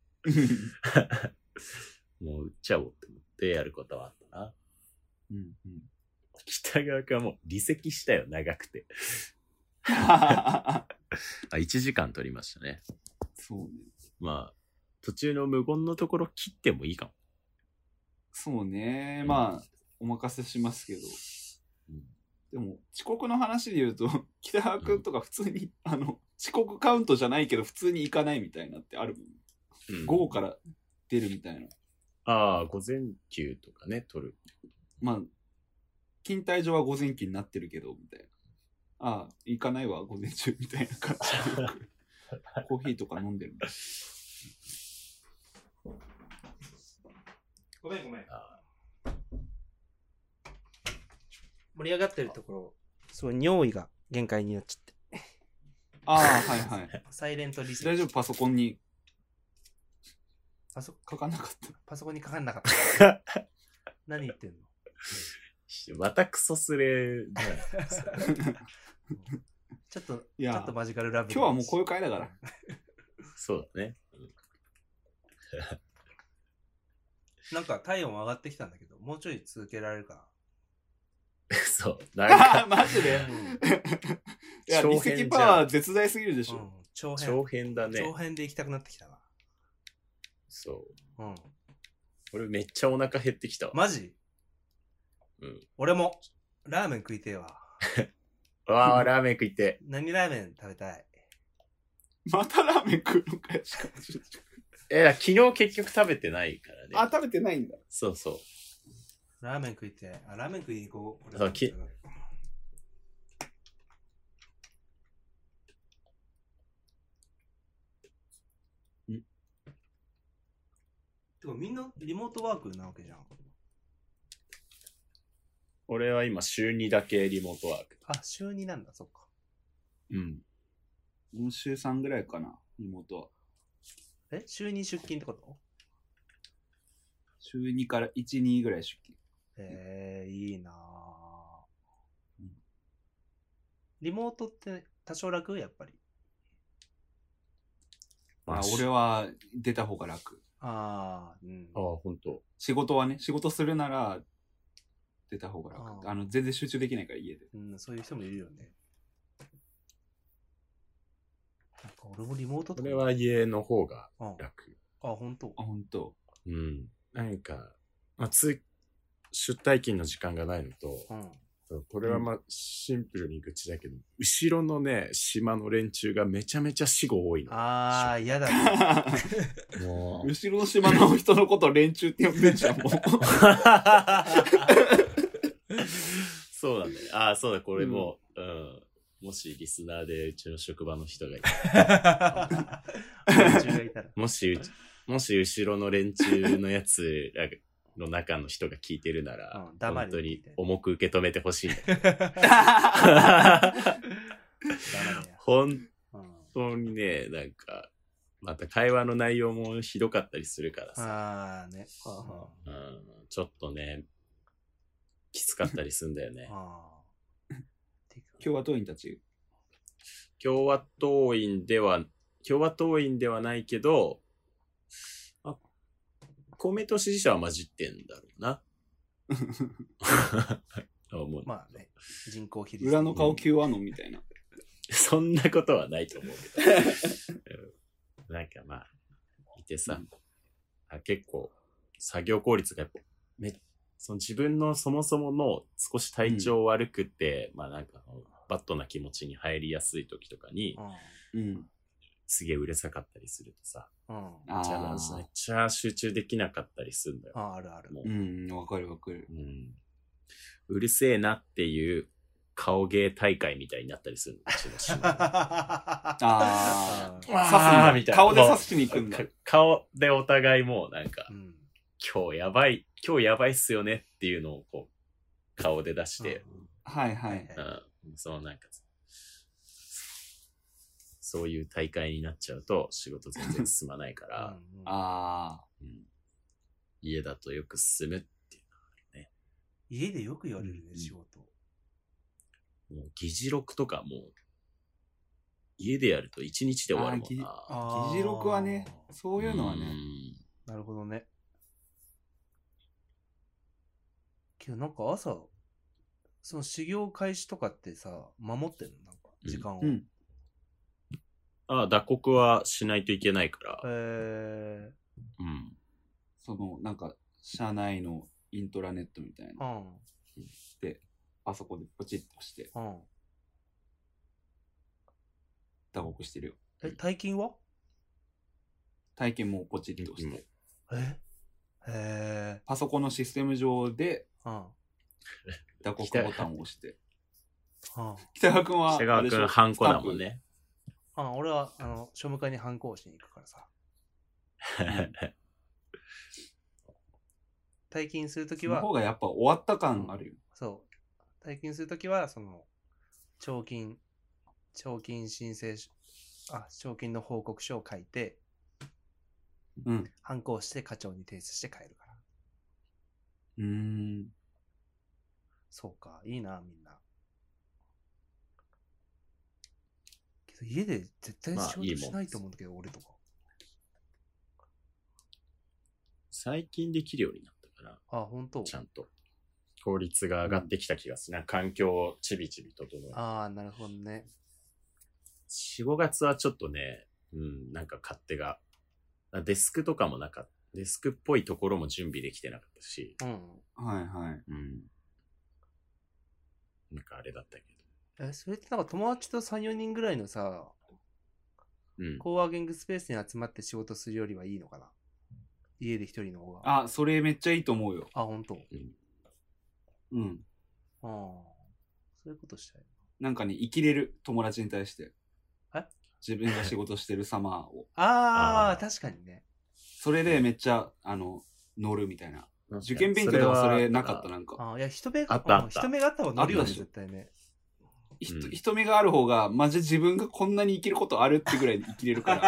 Speaker 3: うん、もう打っちゃおうって思ってやることはあったな。うんうん、北川君はもう離席したよ、長くて。あ、いちじかん取りましたね。
Speaker 2: そうね。
Speaker 3: まあ、 途中の無言のところ切ってもいいかも。
Speaker 2: そうね。まあ、お任せしますけど。うん、でも、遅刻の話で言うと、北川くんとか普通に、うん、あの、遅刻カウントじゃないけど、普通に行かないみたいなってあるもん。うん、午後から出るみたいな。
Speaker 3: ああ、午前休とかね、取る。
Speaker 2: まあ、勤怠所は午前休になってるけど、みたいな。ああ、行かないわ、午前中みたいな感じでよくコーヒーとか飲んでるんだ。
Speaker 1: ごめんごめん。盛り上がってるところ、そう、尿意が限界になっちゃって。
Speaker 2: ああ、はいはい。
Speaker 1: サイレントリス
Speaker 2: 大丈夫、パソコンに。
Speaker 1: パソ
Speaker 2: 書かなかった。
Speaker 1: パソコンに書かなかった。何言ってんの？
Speaker 3: またクソスレじゃない
Speaker 1: ちょっと、ちょっとマジカルラブ。
Speaker 2: 今日はもうこういう回だから。
Speaker 3: そうだね。
Speaker 1: なんか体温上がってきたんだけど、もうちょい続けられるか
Speaker 3: な。そう。
Speaker 2: なんかマジで、うん、いや、二石パワー絶大すぎるでしょ。うん、
Speaker 3: 長編。長編だね。
Speaker 1: 長編で行きたくなってきたな。
Speaker 3: そう。
Speaker 1: うん。
Speaker 3: 俺めっちゃお腹減ってきたわ。
Speaker 1: マジ？
Speaker 3: うん。
Speaker 1: 俺も、ラーメン食いてえわ。
Speaker 3: わあ、ラーメン食いて。
Speaker 1: 何ラーメン食べたい？
Speaker 2: またラーメン食うのかよ、しかも。
Speaker 3: え、昨日結局食べてないからね。
Speaker 2: あ、食べてないんだ。
Speaker 3: そうそう。
Speaker 1: ラーメン食いて。あ、ラーメン食いに行こう。
Speaker 3: そうき
Speaker 1: んてかみんなリモートワークなわけじゃん。
Speaker 3: 俺は今週にだけリモートワーク。
Speaker 1: あ、週になんだ、そっか。
Speaker 3: うん。
Speaker 2: もう週さんぐらいかな、リモートは。
Speaker 1: え、週に出勤ってこと？
Speaker 2: 週にからいち、にぐらい出勤。
Speaker 1: えー、いいなぁ、うん。リモートって多少楽？やっぱり。
Speaker 2: あ、俺は出た方が楽。
Speaker 1: ああ、うん。
Speaker 3: ああ、ほんと。
Speaker 2: 仕事はね、仕事するなら出た方が楽。あ, あの、全然集中できないから家で。
Speaker 1: うん、そういう人もいるよね。なんか俺もリモートとか。
Speaker 3: 俺は家の方が楽。
Speaker 1: あ、ほんと？
Speaker 2: あ、ほんと。
Speaker 3: うん。なんか、まあ、つ、出退勤の時間がないのと、うん、これはまあ、シンプルに愚痴だけど、うん、後ろのね、島の連中がめちゃめちゃ死後多いの。
Speaker 1: ああ、嫌だね。
Speaker 2: もう。後ろの島の人のことを連中って呼んでんじゃん、もう。
Speaker 3: そうなんだよ。ああ、そうだ、これも、うん、うん。もしリスナーでうちの職場の人がいたら。もし、もし後ろの連中のやつらの中の人が聞いてるなら、うん、本当に重く受け止めてほしいんだ。本当にね、なんか、また会話の内容もひどかったりするからさ。
Speaker 1: あね、
Speaker 3: うん、ちょっとね、きつかったりするんだよね。
Speaker 2: 共和党員たち
Speaker 3: 共和党員では、共和党員ではないけど、あ、公明党支持者は混じってんだろうな。
Speaker 1: まあね、人口比率。
Speaker 2: 裏の顔 キューアノンみたいな。
Speaker 3: そんなことはないと思うけど。なんかまあ、いてさ、うん、あ結構、作業効率がやっぱ、めその自分のそもそもの少し体調悪くて、うん、まあなんか、バッドな気持ちに入りやすい時とかに、
Speaker 2: うん、
Speaker 3: すげえうるさかったりするとさ、
Speaker 1: うん、
Speaker 3: めっちゃめっちゃ集中できなかったりするんだよ。
Speaker 1: ああるある。
Speaker 2: うん、わかるわかる、
Speaker 3: うん。うるせえなっていう顔芸大会みたいになったりするの、うちの島。
Speaker 2: ああ、刺すんだみたいな。顔で刺しに行くんだ。
Speaker 3: 顔でお互いもうなんか、
Speaker 1: うん、
Speaker 3: 今日やばい、今日やばいっすよねっていうのをこう、顔で出して、
Speaker 2: うん、はいはい。
Speaker 3: うん、そのなんか、そういう大会になっちゃうと仕事全然進まないから、
Speaker 2: うんうん、あ、
Speaker 3: うん、家だとよく進むっていうのがあるね。
Speaker 1: 家でよく言われるね、
Speaker 3: うん、
Speaker 1: 仕事。
Speaker 3: もう議事録とかもう家でやると一日で終わるもんな。
Speaker 2: 議事録はね、そういうのはね。
Speaker 1: なるほどね。けどなんか朝、その修行開始とかってさ、守ってんのなんか時間を。
Speaker 2: うん、
Speaker 3: ああ、打刻はしないといけないから。
Speaker 1: え
Speaker 3: ー、うん。
Speaker 2: その、なんか、社内のイントラネットみたいな。うん。で、あそこでポチッと押して、うん。打刻してるよ。
Speaker 1: え、大金は
Speaker 2: 体験もポチッと押して。
Speaker 1: えへえ。
Speaker 2: パソコンのシステム上で、うん。打刻ボタンを押して。はあ、北川くんは、
Speaker 3: 北川くん、ハンコだもんね。
Speaker 1: ああ、俺は、あの、庶務会にハンコをしに行くからさ。退勤するときは。
Speaker 2: その方がやっぱ終わった感あるよ。
Speaker 1: そう。退勤するときは、その、徴金、徴金申請書、あ、徴金の報告書を書いて、うん。ハンコをして課長に提出して帰るから。うーん。そうか、いいな、みんな。けど家で絶対仕事しないと思うんだけど、まあ、いい俺とか。
Speaker 3: 最近できるようになったから。
Speaker 1: あ、本当。
Speaker 3: ちゃんと。効率が上がってきた気がする。うん、環境をちびちび整える。
Speaker 1: ああ、なるほどね。
Speaker 3: よん、ごがつはちょっとね、うん、なんか勝手が、デスクとかもなかった。デスクっぽいところも準備できてなかったし。
Speaker 2: うん。はいはい。うん。
Speaker 3: なんかあれだったけ
Speaker 1: ど。え、それってなんか友達とさん、よにんぐらいのさ、うん、コーワーキングスペースに集まって仕事するよりはいいのかな、家で一人の方が。
Speaker 2: あ、それめっちゃいいと思うよ。
Speaker 1: あ、本当。うん。
Speaker 2: うん。
Speaker 1: ああ、そういうことしたい。
Speaker 2: なんかね、生きれる、友達に対して。え自分が仕事してる様を。
Speaker 1: ああ、確かにね。
Speaker 2: それでめっちゃ、あの、乗るみたいな。受験勉強ではそれなかった、なんか。
Speaker 1: ああ、いや、人目が
Speaker 3: あったあった。
Speaker 1: 人目があった方が乗るよね、絶対ね。
Speaker 2: うん、人目がある方が、マジ自分がこんなに生きることあるってぐらい生きれるから。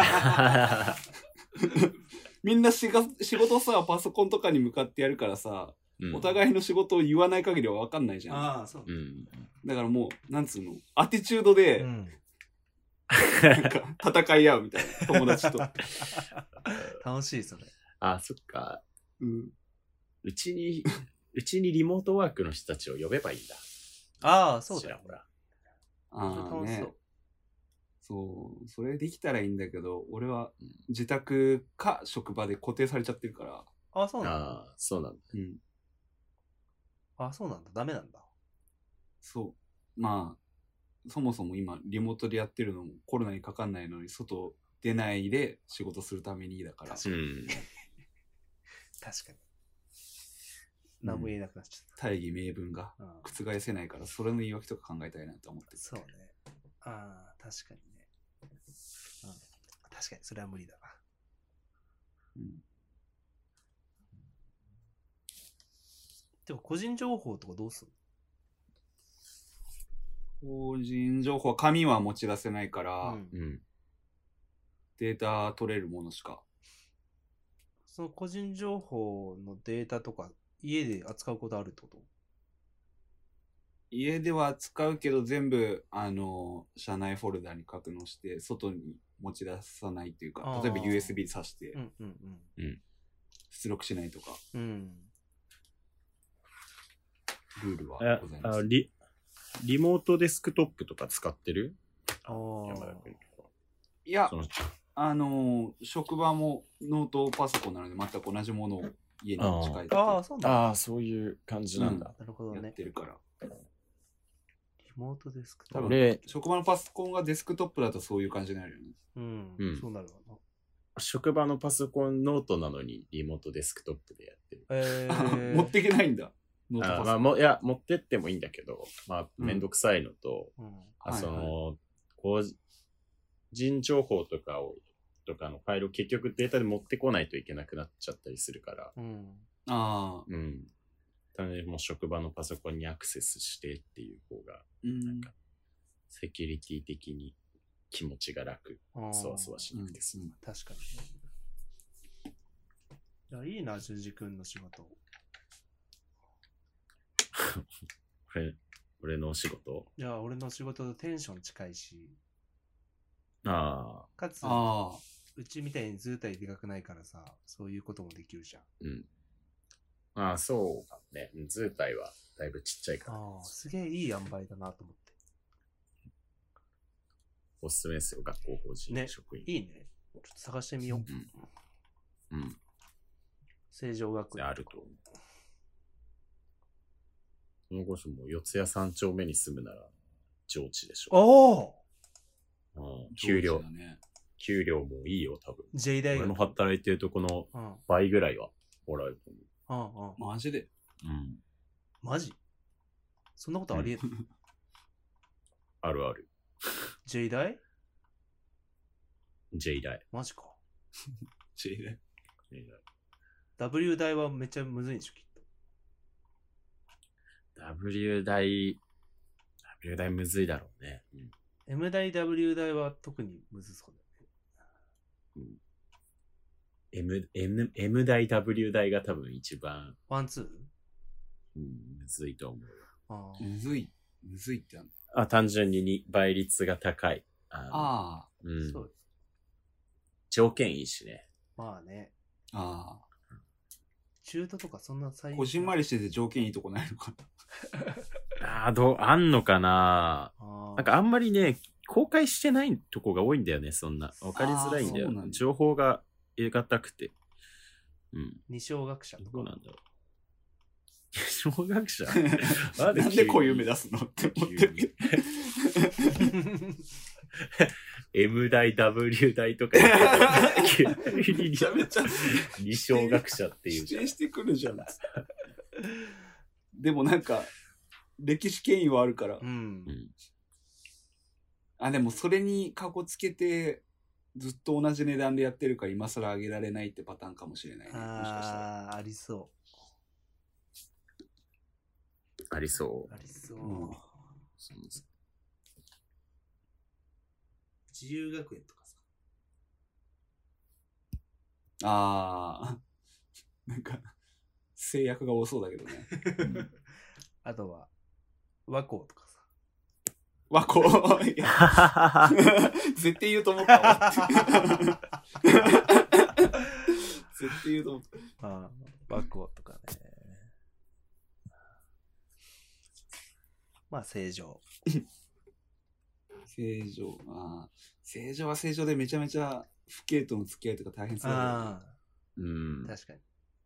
Speaker 2: みんなしが仕事さ、パソコンとかに向かってやるからさ、うん、お互いの仕事を言わない限りは分かんないじゃん。
Speaker 1: ああ、そう。うん、
Speaker 2: だからもう、なんつうの、アティチュードで、うん、なんか戦い合うみたいな、友達と。
Speaker 1: 楽しい、それ。
Speaker 3: あ、そっか。うん。うちに、うちにリモートワークの人たちを呼べばいいんだ。
Speaker 1: ああ、そうだよ。
Speaker 2: ほら。ああ、ね。そう、それできたらいいんだけど、俺は自宅か職場で固定されちゃってるから。
Speaker 1: ああ、そうなんだ。
Speaker 3: ああ、そうなんだ。うん。
Speaker 1: ああ、そうなんだ。ダメなんだ。
Speaker 2: そう。まあ、そもそも今、リモートでやってるのもコロナにかかんないのに、外出ないで仕事するためにだから。
Speaker 1: 確かに。うん、確かに。何も言えなくなっちゃった。
Speaker 2: 大義名分が覆せないから、それの言い訳とか考えたいなと思ってる。
Speaker 1: そうね。ああ、確かにね、うん。確かに、それは無理だな。うん。でも、個人情報とかどうする
Speaker 2: の？個人情報は紙は持ち出せないから、うん、データ取れるものしか。
Speaker 1: その個人情報のデータとか、家で扱うことあるってこと？
Speaker 2: 家では扱うけど全部あの社内フォルダに格納して外に持ち出さないっていうか、例えば ユーエスビー 挿して、うんうんうん、出力しないとか、うん、ルールはございます。
Speaker 3: リ, リモートデスクトップとか使ってる？あ
Speaker 2: いや、あの職場もノートパソコンなので全く同じものを家に持ち帰って、
Speaker 3: ああ、そうなんだ。ああ、そういう感じなんだ。
Speaker 1: なるほどね。
Speaker 2: やってるから。
Speaker 1: リモートデスクトップ。
Speaker 2: 俺、職場のパソコンがデスクトップだとそういう感じになるよね。
Speaker 1: うん。うん、そうなるわな。
Speaker 3: 職場のパソコンノートなのにリモートデスクトップでやってる。
Speaker 2: えー、持っていけないんだ。
Speaker 3: ノートパソコン。あ、まあ、もいや、持ってってもいいんだけど、まあ、めんどくさいのと、うん、あその、はいはい、個人情報とかを、とかのファイルを結局データで持ってこないといけなくなっちゃったりするから。うん、ああ。うん。単純にもう職場のパソコンにアクセスしてっていう方が、なんか、セキュリティ的に気持ちが楽、そわそわしなくて済む、うん。
Speaker 1: 確かに。いや、いいな、淳二君の仕事。
Speaker 3: 俺、俺のお仕事？
Speaker 1: いや、俺の仕事とテンション近いし。
Speaker 3: ああ。
Speaker 1: かつ、あうちみたいに図体でかくないからさ、そういうこともできるじゃん。うん。
Speaker 3: ああ、そうかね。図体はだいぶちっちゃいから。
Speaker 1: ああ、すげえいい塩梅だなと思って。
Speaker 3: おすすめですよ、学校法人職員。
Speaker 1: ね、いいね。ちょっと探してみよう。
Speaker 3: うん。うん。
Speaker 1: 成城学園。
Speaker 3: あると思う。そのこそもう四谷三丁目に住むなら上智でしょ。
Speaker 1: おお、
Speaker 3: うん、給料、
Speaker 2: ね、
Speaker 3: 給料もいいよ、多分。
Speaker 1: J 大学。
Speaker 3: 俺の働いてるとこの倍ぐらいはもらえると
Speaker 1: 思う。うんうん。
Speaker 2: マジで？
Speaker 3: うん。
Speaker 1: マジ？そんなことありえる、うん、
Speaker 3: あるある。
Speaker 1: J 大？
Speaker 3: J 大。
Speaker 1: マジか。
Speaker 2: J 大。
Speaker 3: J 大。
Speaker 1: W 大はめっちゃむずいんでしょ、きっと。
Speaker 3: W 大、W 大むずいだろうね。うん、
Speaker 1: M 大、W 大は特にむずそうだよね。
Speaker 3: うん、M、M、M 大、W 大が多分一番。
Speaker 1: ワン、ツー？
Speaker 3: うん、むずいと思う。
Speaker 2: あむずい。むずいってあるの？
Speaker 3: あ、単純にに倍率が高い。
Speaker 2: ああ。
Speaker 3: うん。
Speaker 1: そう。
Speaker 3: 条件いいしね。
Speaker 1: まあね。
Speaker 2: ああ。
Speaker 1: 中途とかそんな最
Speaker 2: こじんまりしてて条件いいとこないのか
Speaker 3: な。ああ、どう、あんのかな。なんかあんまりね、公開してないとこが多いんだよね、そんな。わかりづらいんだよ。ん情報が得難くて。うん。
Speaker 1: 二小学者とか。
Speaker 3: どうなんだろう。小学者
Speaker 2: なんで、なんでこういう目指すのって思ってる。
Speaker 3: M 大 W 大とか急に
Speaker 2: めちゃめちゃ
Speaker 3: 二小学者っていう
Speaker 2: 指定してくるじゃん。でもなんか歴史権威はあるから、
Speaker 1: うん、
Speaker 2: あでもそれにカゴつけてずっと同じ値段でやってるから今更上げられないってパターンかもしれないね。
Speaker 1: あ
Speaker 2: もしかしたら
Speaker 1: ありそう
Speaker 3: ありそう
Speaker 1: ありそう、
Speaker 2: うん、
Speaker 3: そうです
Speaker 1: 自由学園とかさ。
Speaker 2: ああ、なんか制約が多そうだけどね。
Speaker 1: あとは和光とかさ。
Speaker 2: 和光いや絶対言うと思ったわ。絶対言うと思った。
Speaker 1: ああ、和光とかね。まあ正常。
Speaker 2: 正常。ああ、正常は正常でめちゃめちゃ父兄との付き合いとか大変そうだけど、ね。ああ、
Speaker 3: うん。
Speaker 1: 確かに。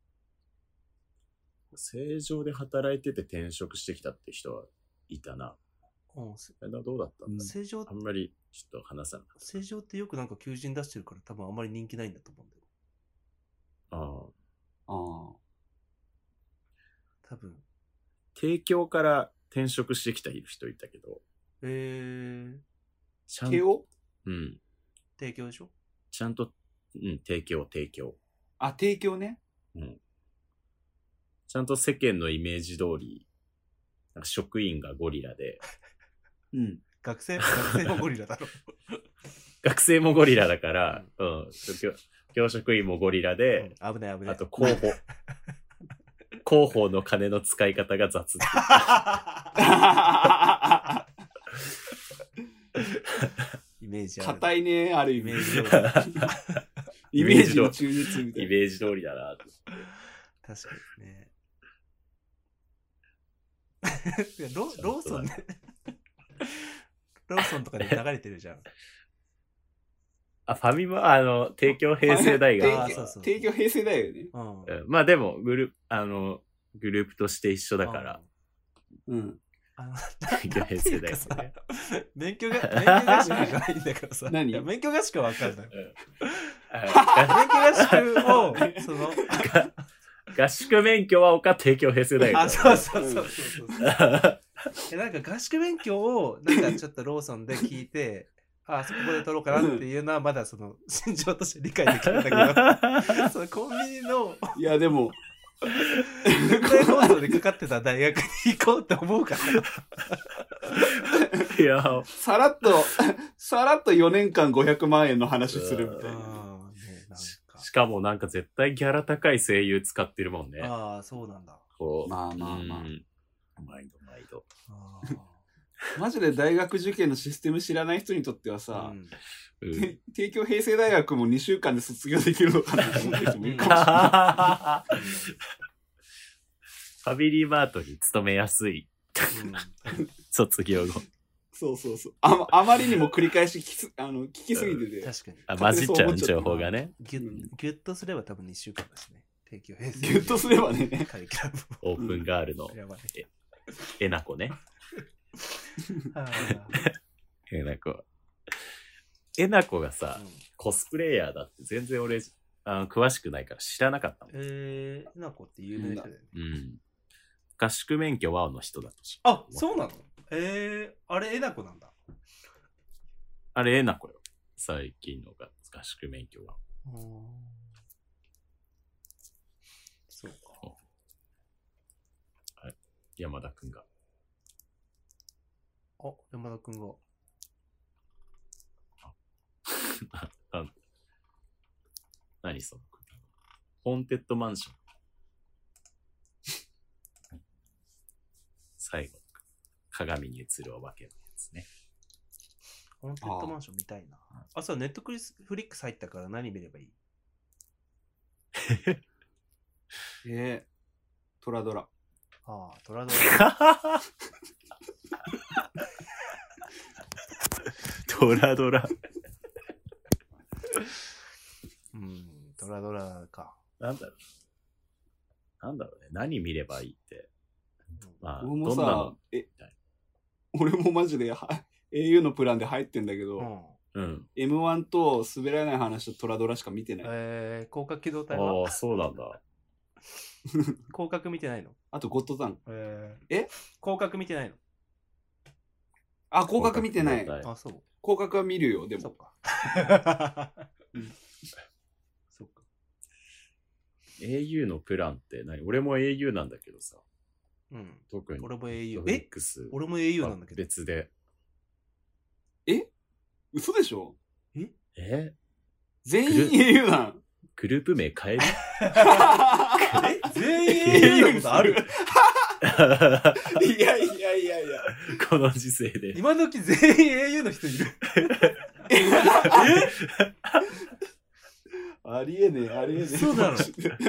Speaker 3: 正常で働いてて転職してきたって人はいたな。
Speaker 1: うん、
Speaker 3: どうだったんだ、
Speaker 1: 正常
Speaker 3: あんまりちょっと話さなかった。
Speaker 1: 正常ってよくなんか求人出してるから多分あんまり人気ないんだと思うんだよ。
Speaker 3: あ
Speaker 2: あ。ああ。
Speaker 1: 多分。
Speaker 3: 提供から転職してきた人いたけど。
Speaker 1: えー。
Speaker 3: ちゃん
Speaker 2: と。
Speaker 3: うん。
Speaker 1: 提供でしょ？
Speaker 3: ちゃんと、うん、提供、提供。
Speaker 2: あ、提供ね。
Speaker 3: うん。ちゃんと世間のイメージ通り、なんか職員がゴリラで。
Speaker 2: うん。
Speaker 1: 学生、学生もゴリラだろ。
Speaker 3: 学生もゴリラだから、うん。うん、教職員もゴリラで、
Speaker 1: うん、危ない危ない。
Speaker 3: あと広報。広報の金の使い方が雑って。
Speaker 1: イメージある。
Speaker 2: 硬いね、あるイメージ。
Speaker 3: イ
Speaker 2: メージの忠実みたいな。
Speaker 3: イメージ通りだな。
Speaker 1: 確かにね。ロ, ローソンね。ローソンとかで流れてるじゃん。
Speaker 3: あ、ファミマ、あの、提供平成大学。
Speaker 2: 提供平成大学ね。
Speaker 1: うん。
Speaker 3: まあでも、グループ、あの、グループとして一緒だから。
Speaker 2: うん。
Speaker 3: あの、提供平成大学ね。
Speaker 1: 免許が、免許合宿じゃないんだからさ。
Speaker 2: 何？
Speaker 1: 免許合宿はわかるのよ。免許合宿を、その、
Speaker 3: 合宿免許は岡提供平成大学。
Speaker 1: あ、そうそうそうそうそう。え、なんか合宿免許を、なんかちょっとローソンで聞いて、あ、そこで取ろうかなっていうのはまだその心情として理解できるんだけど、そのコンビニの、
Speaker 2: いやでも、
Speaker 1: 絶対放送でかかってた大学に行こうって思うから。
Speaker 3: いや、
Speaker 2: さらっと、さらっとよねんかんごひゃくまんえんの話するみたいな。
Speaker 3: しかもなんか絶対ギャラ高い声優使ってるもんね。
Speaker 1: ああ、そうなんだ。
Speaker 2: こう。まあまあまあ。
Speaker 3: 毎度毎度。
Speaker 2: マジで大学受験のシステム知らない人にとってはさ、うん、帝京平成大学もにしゅうかんで卒業できるのかなと思ってる人もいるかもしれない。
Speaker 3: ファミリーマートに勤めやすい。卒業後。
Speaker 2: そうそうそう。あ, あまりにも繰り返し聞きすあの聞きすぎてて。
Speaker 1: 確かに。
Speaker 3: あ、混じっちゃう情報がね。
Speaker 1: ギュッ、ギュッとすれば多分にしゅうかんだしね。提供編成。
Speaker 2: ギュッとすればね。
Speaker 1: カリキュラム
Speaker 3: オープンガールの
Speaker 1: やばい
Speaker 3: ええなこね。
Speaker 1: あ
Speaker 3: えなこ。えなこがさ、
Speaker 1: ーうん
Speaker 3: コスプレイヤーだって全然俺あの詳しくないから知らなかったもん。
Speaker 1: えー、なこって有名な人だよね。
Speaker 3: うん。合宿免許ワオの人だとし。
Speaker 1: あ、そうなの？えー、あれ、えなこなんだ。
Speaker 3: あれえなこよ。最近のが合宿免許は。
Speaker 1: そうか。
Speaker 3: はい。山田くんが。
Speaker 1: あ、山田くんが。
Speaker 3: あ何そのホーンテッドマンション。最後、鏡に映るお化けのやつね。
Speaker 1: ホーンテッドマンション見たいな。あ、そう、ネットフリックス入ったから何見ればいい？
Speaker 2: えー、トラドラ。
Speaker 1: ああ、トラドラ。
Speaker 3: トラドラ。
Speaker 1: うん、トラドラか。
Speaker 3: なんだろう。なんだろうね。何見ればいいって。まあ、
Speaker 2: 俺も
Speaker 3: どんなの
Speaker 2: さ、え、俺もマジでは エーユー のプランで入ってんだけど、
Speaker 1: うん。
Speaker 3: うん。
Speaker 2: エムワン と滑らない話とトラドラしか見てない。
Speaker 1: えー、広角機動隊は
Speaker 3: ああ、そうなんだ。
Speaker 1: 広角見てないの？
Speaker 2: あとゴッドタン。
Speaker 1: え
Speaker 2: ー、え
Speaker 1: 広角見てないの？
Speaker 2: あ、広角見てない。
Speaker 3: 広角
Speaker 1: あ、そう。
Speaker 2: 広角は見るよ、でも。
Speaker 1: そっか。うん、そっか。
Speaker 3: エーユー のプランって何？俺も エーユー なんだけどさ。
Speaker 1: うん。
Speaker 3: 特に。
Speaker 1: 俺も エーユー。
Speaker 3: え
Speaker 1: え俺も エーユー なんだけど。
Speaker 3: 別で。
Speaker 2: え嘘でしょ？
Speaker 1: え
Speaker 3: え
Speaker 2: 全員 エーユー なん。
Speaker 3: グループ名変える
Speaker 1: え全員 エーユー のことある？
Speaker 2: いやいやいやいや。
Speaker 3: この時世で。
Speaker 1: 今時全員 エーユー の人いる。え
Speaker 2: ありえねえ、ありえねえ。
Speaker 1: そうだろ。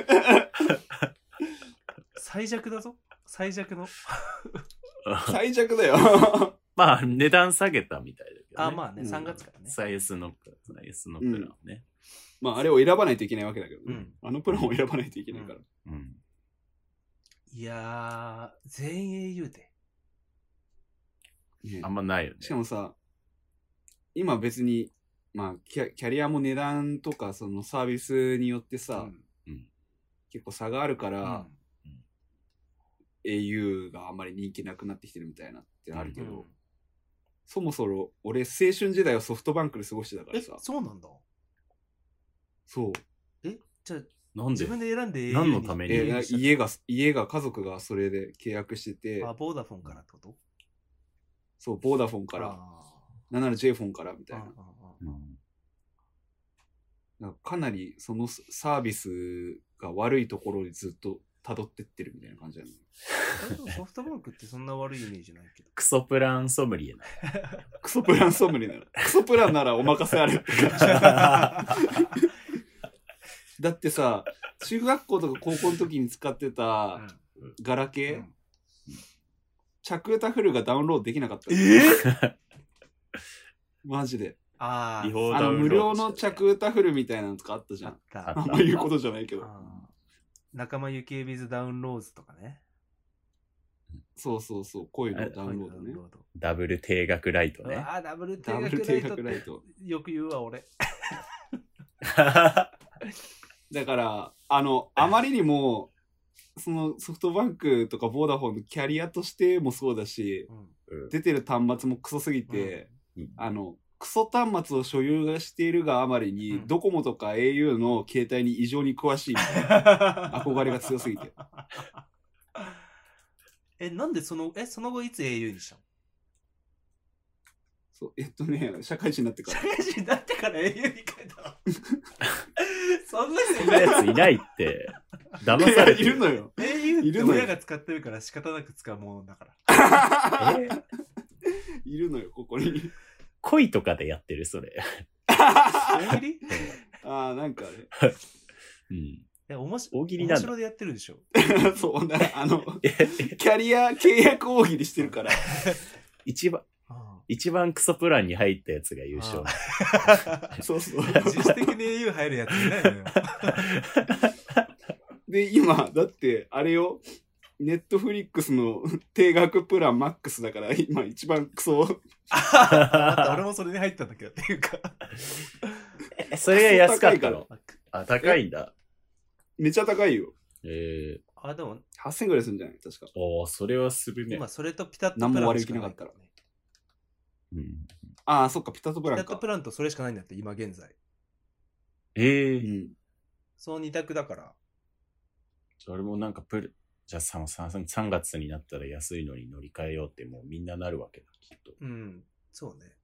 Speaker 1: 最弱だぞ。最弱の。
Speaker 2: 最弱だよ。
Speaker 3: まあ、値段下げたみたいだけど、ね。
Speaker 1: あ、まあね、
Speaker 2: うん
Speaker 1: さんがつからね。
Speaker 3: サイスの、サイスのプランね。
Speaker 2: まあ、あれを選ばないといけないわけだけどね。
Speaker 1: うん
Speaker 2: あのプランを選ばないといけないから。
Speaker 3: うん。
Speaker 1: いやー、全員 エーユー で。
Speaker 2: ね
Speaker 3: あんまないよね。
Speaker 2: しかもさ、今別に、まあキャ、キャリアも値段とか、そのサービスによってさ、
Speaker 1: うん
Speaker 3: うん
Speaker 2: 結構差があるから、
Speaker 1: うん
Speaker 2: エーユー があんまり人気なくなってきてるみたいなってあるけど、
Speaker 1: うん
Speaker 2: そもそも俺、青春時代をソフトバンクで過ごしてたから
Speaker 1: え、
Speaker 2: さ、
Speaker 1: そうなんだ。
Speaker 2: そう。
Speaker 1: え、じゃあ、
Speaker 3: なんで
Speaker 1: 自分で選んで エーユー
Speaker 3: 何のために
Speaker 2: え
Speaker 1: に
Speaker 2: ー家が、家が、家族がそれで契約してて、
Speaker 1: あ、ボーダフォンからってこと
Speaker 2: そう、ボーダフォンから、
Speaker 1: あ
Speaker 2: なんなら J フォンからみたいな。
Speaker 1: ーあーあー
Speaker 3: うん
Speaker 2: なんかかなりそのサービスが悪いところにずっと辿ってってるみたいな感じなの。
Speaker 1: あーでもソフトバンクってそんな悪いイメージないけど。
Speaker 3: クソプランソムリエな。
Speaker 2: クソプランソムリなら。クソプランならお任せあるって感じ。だってさ、中学校とか高校の時に使ってたガラケー、
Speaker 1: うん
Speaker 2: チャクータフルがダウンロードできなかった。
Speaker 1: え
Speaker 2: マジで。
Speaker 1: あ
Speaker 3: 違法
Speaker 2: あの無
Speaker 3: ダウンロード
Speaker 2: 料のチャクータフルみたいなのとかあったじゃん。
Speaker 1: あった。
Speaker 2: あんま言うことじゃないけど。
Speaker 1: あー仲間由紀恵ビズダウンローズとかね。
Speaker 2: そうそうそう、恋のダウンロードね。
Speaker 3: ダブル定額ライトね。
Speaker 1: ああ、ダブル定
Speaker 2: ダブル
Speaker 1: 額ライト
Speaker 2: 定額ライ
Speaker 1: って
Speaker 2: ト。
Speaker 1: よく言うわ、俺。
Speaker 2: だから、あの、あまりにも、そのソフトバンクとかボーダフォンのキャリアとしてもそうだし、
Speaker 1: うん
Speaker 3: うん
Speaker 2: 出てる端末もクソすぎて、
Speaker 3: うん
Speaker 2: あの、クソ端末を所有がしているがあまりに、
Speaker 1: うん
Speaker 2: ドコモとか エーユー の携帯に異常に詳しいみたいな憧れが強すぎて。
Speaker 1: え、なんでその、え、その後いつ エーユー にしたの？
Speaker 2: そう、えっとね、社会人になってから。
Speaker 1: 社会人になってから エーユー に変えたの？そんな人
Speaker 3: そんなやついないって。騙されて
Speaker 2: いやいるのよ。
Speaker 1: エーユー って
Speaker 2: いるのよ
Speaker 1: 親が使ってるから仕方なく使うものだから。
Speaker 3: え
Speaker 2: いるのよ、ここに。
Speaker 3: 恋とかでやってるそれ。
Speaker 1: 大喜利？
Speaker 2: ああ、なんかね。
Speaker 3: うん。
Speaker 1: え、おもし
Speaker 3: 大喜利なんだ
Speaker 1: 面白でやってるでしょ。
Speaker 2: そうな、あの、
Speaker 3: え
Speaker 2: キャリア契約大喜利してるから。
Speaker 3: 一番、
Speaker 1: あ
Speaker 3: 一番クソプランに入ったやつが優勝。
Speaker 2: そうそう。
Speaker 1: 自主的に エーユー 入るやついないのよ。
Speaker 2: で、今、だって、あれよ、ネットフリックスの定額プランマックスだから、今一番クソ。
Speaker 1: 待って俺もそれに入ったんだけど、っていうか。
Speaker 3: え、それが安かったの？あ、高いんだ。
Speaker 2: めちゃ高いよ。
Speaker 3: えー、
Speaker 1: あ、でも、
Speaker 2: はっせんぐらいするんじゃない確か。
Speaker 3: おー、それはするね。
Speaker 1: 今それとピタッとプラン
Speaker 2: 何も割
Speaker 1: しかない
Speaker 2: 引なかったら。
Speaker 3: うん、
Speaker 2: ああ、そっか、ピタッとプランか。
Speaker 1: ピタッとプランとそれしかないんだって、今現在。
Speaker 3: えー、
Speaker 2: うん。
Speaker 1: そのに択だから。
Speaker 3: それもなんかプル、じゃあ 3, さんがつになったら安いのに乗り換えようってもうみんななるわけだ、きっと。
Speaker 1: うん、そうね。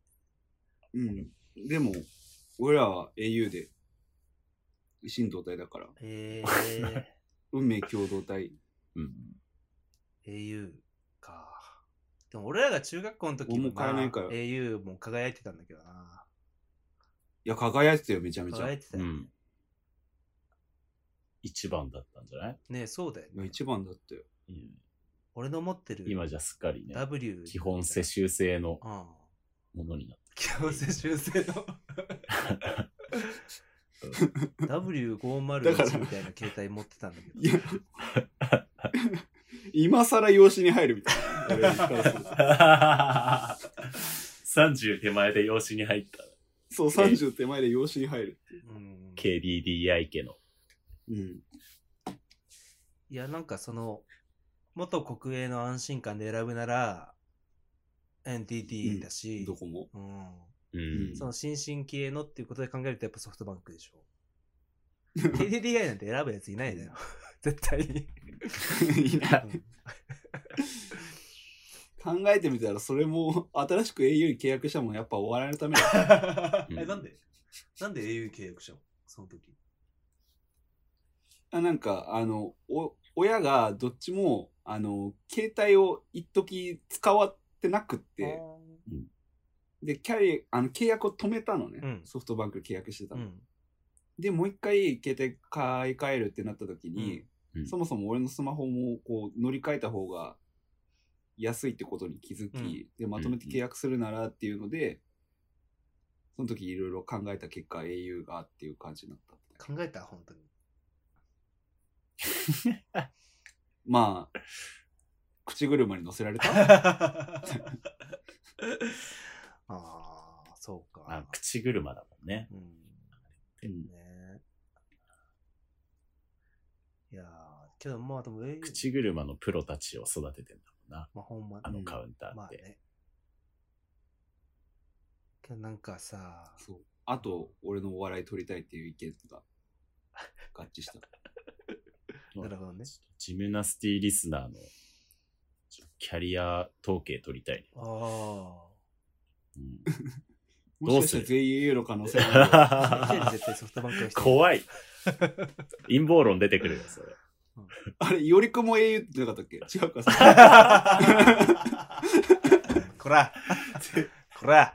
Speaker 2: うん。でも、俺らは エーユー で、一心同体だから。
Speaker 1: えー、
Speaker 2: 運命共同体。
Speaker 3: うん。
Speaker 1: エーユー か。でも俺らが中学校の時
Speaker 2: 俺も買えないから
Speaker 1: エーユー も輝いてたんだけどな。
Speaker 2: いや、輝いてたよ、めちゃめちゃ。
Speaker 1: 輝いてたよ。
Speaker 3: うん。一番だったんじゃない？
Speaker 1: ねえ、そうだよね。
Speaker 2: いや一番だったよ。
Speaker 3: うん、
Speaker 1: 俺の持ってる
Speaker 3: 今じゃすっかりね、
Speaker 1: W
Speaker 3: 基本世襲制の
Speaker 1: うん
Speaker 3: ものになって
Speaker 1: 基本世襲制のダブリューごひゃくいち みたいな携帯持ってたんだけど。
Speaker 2: いや、今更養子に入るみたいな。俺からすると
Speaker 3: さんじゅう手前で養子に入った。
Speaker 2: そう、さんじゅう手前で養子に入るっていう。
Speaker 1: うん、
Speaker 3: ケーディーディーアイ 家の。
Speaker 2: うん。
Speaker 1: いや、なんかその、元国営の安心感で選ぶなら、エヌティーティー だし、
Speaker 2: うん、どこも。
Speaker 1: うん。
Speaker 3: うん。
Speaker 1: その新進気鋭のっていうことで考えるとやっぱソフトバンクでしょ。ケーディーディーアイ なんて選ぶやついないだよ。絶対に。
Speaker 2: いない。考えてみたら、それも新しく エーユー に契約したもんやっぱお笑いのためだ。
Speaker 1: え、なんでなんで エーユー 契約したのその時。
Speaker 2: あなんか、あの、お、親がどっちも、あの、携帯を一時使わってなくって、で、キャリア、あの、契約を止めたのね。
Speaker 1: うん、
Speaker 2: ソフトバンクで契約してたの。
Speaker 1: うん、
Speaker 2: で、もう一回携帯買い替えるってなった時に、
Speaker 3: うん、
Speaker 2: そもそも俺のスマホもこう乗り換えた方が安いってことに気づき、うん、で、まとめて契約するならっていうので、その時いろいろ考えた結果 エーユー がっていう感じになった。
Speaker 1: 考えた本当に。
Speaker 2: まあ、口車に乗せられた
Speaker 1: ああ、そうか。
Speaker 3: あ、口車だもんね。
Speaker 1: うん。
Speaker 2: うん、
Speaker 1: ね。いやー、けどまあでも、えー、
Speaker 3: 口車のプロたちを育ててんだもんな。
Speaker 1: まあほんま
Speaker 3: あのカウンターって。
Speaker 1: まあね。けどなんかさ、
Speaker 2: そう。あと、俺のお笑い取りたいっていう意見が合致した。
Speaker 1: なるほどね。
Speaker 3: ジムナスティリスナーのキャリア統計取りたいね。
Speaker 1: ああ。
Speaker 3: うん、
Speaker 2: もしかしたら全員 エーユー の可能性がある。
Speaker 1: 絶対ソフトバンクの人
Speaker 3: 怖い。陰謀論出てくるよ、それ。
Speaker 2: うん、あれ、よりくも エーユー ってなかったっけ？違うかさ。
Speaker 1: こらこら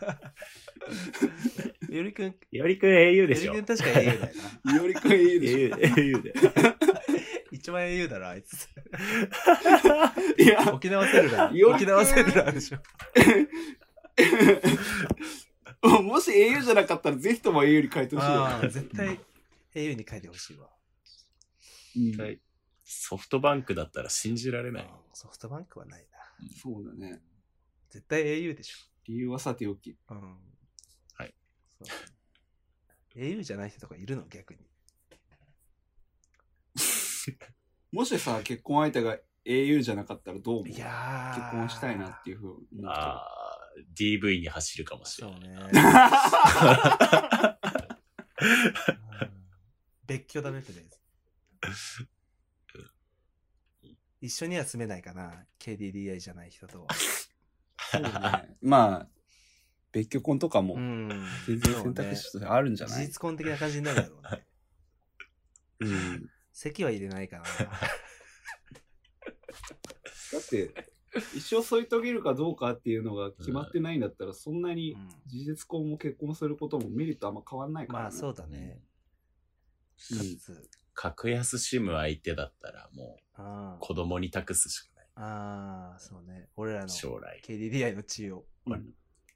Speaker 1: よりくん、
Speaker 3: よりくん エーユー でしょ。
Speaker 1: よりくん確か エーユー だよな。
Speaker 2: よりくん エーユー でしょ。
Speaker 3: エーユー で。
Speaker 1: 一番 エーユー だろ、あいつ。
Speaker 2: いや、
Speaker 1: 沖縄セルラー。沖縄セルラーでしょ。
Speaker 2: もし エーユー じゃなかったらぜひとも エーユー に変えてほしいよ。
Speaker 1: 絶対 エーユー に変えてほしいわ。
Speaker 3: うん、ソフトバンクだったら信じられない。
Speaker 1: ソフトバンクはないな。
Speaker 2: そうだね。
Speaker 1: 絶対 エーユー でしょ。
Speaker 2: 理由はさておき。
Speaker 1: うん。
Speaker 3: はい。
Speaker 1: エーユー じゃない人とかいるの逆に。
Speaker 2: もしさ、結婚相手が エーユー じゃなかったらどう思う？
Speaker 1: いや
Speaker 2: 結婚したいなっていうふうに。
Speaker 3: ああ、ディーブイ に走るかもしれない。
Speaker 1: そうね。別居だねとりあえず。一緒には住めないかな ケーディーディーアイ じゃない人とは。
Speaker 2: そうね。まあ別居婚とかも全然選択肢としてあるんじゃない？
Speaker 1: 事実婚的な感じになるだろうね。
Speaker 2: うん。
Speaker 1: 籍は入れないかな。だ
Speaker 2: って一生添い遂げるかどうかっていうのが決まってないんだったら、そんなに事実婚も結婚することもメリットあんま変わんないから、ね。
Speaker 1: まあそうだね。
Speaker 3: かつ格安シム相手だったらもう子供に託すしかない。
Speaker 1: ああ、そうね。俺らの
Speaker 3: 将来。
Speaker 1: ケーディーディーアイ の知恵を。
Speaker 2: うん、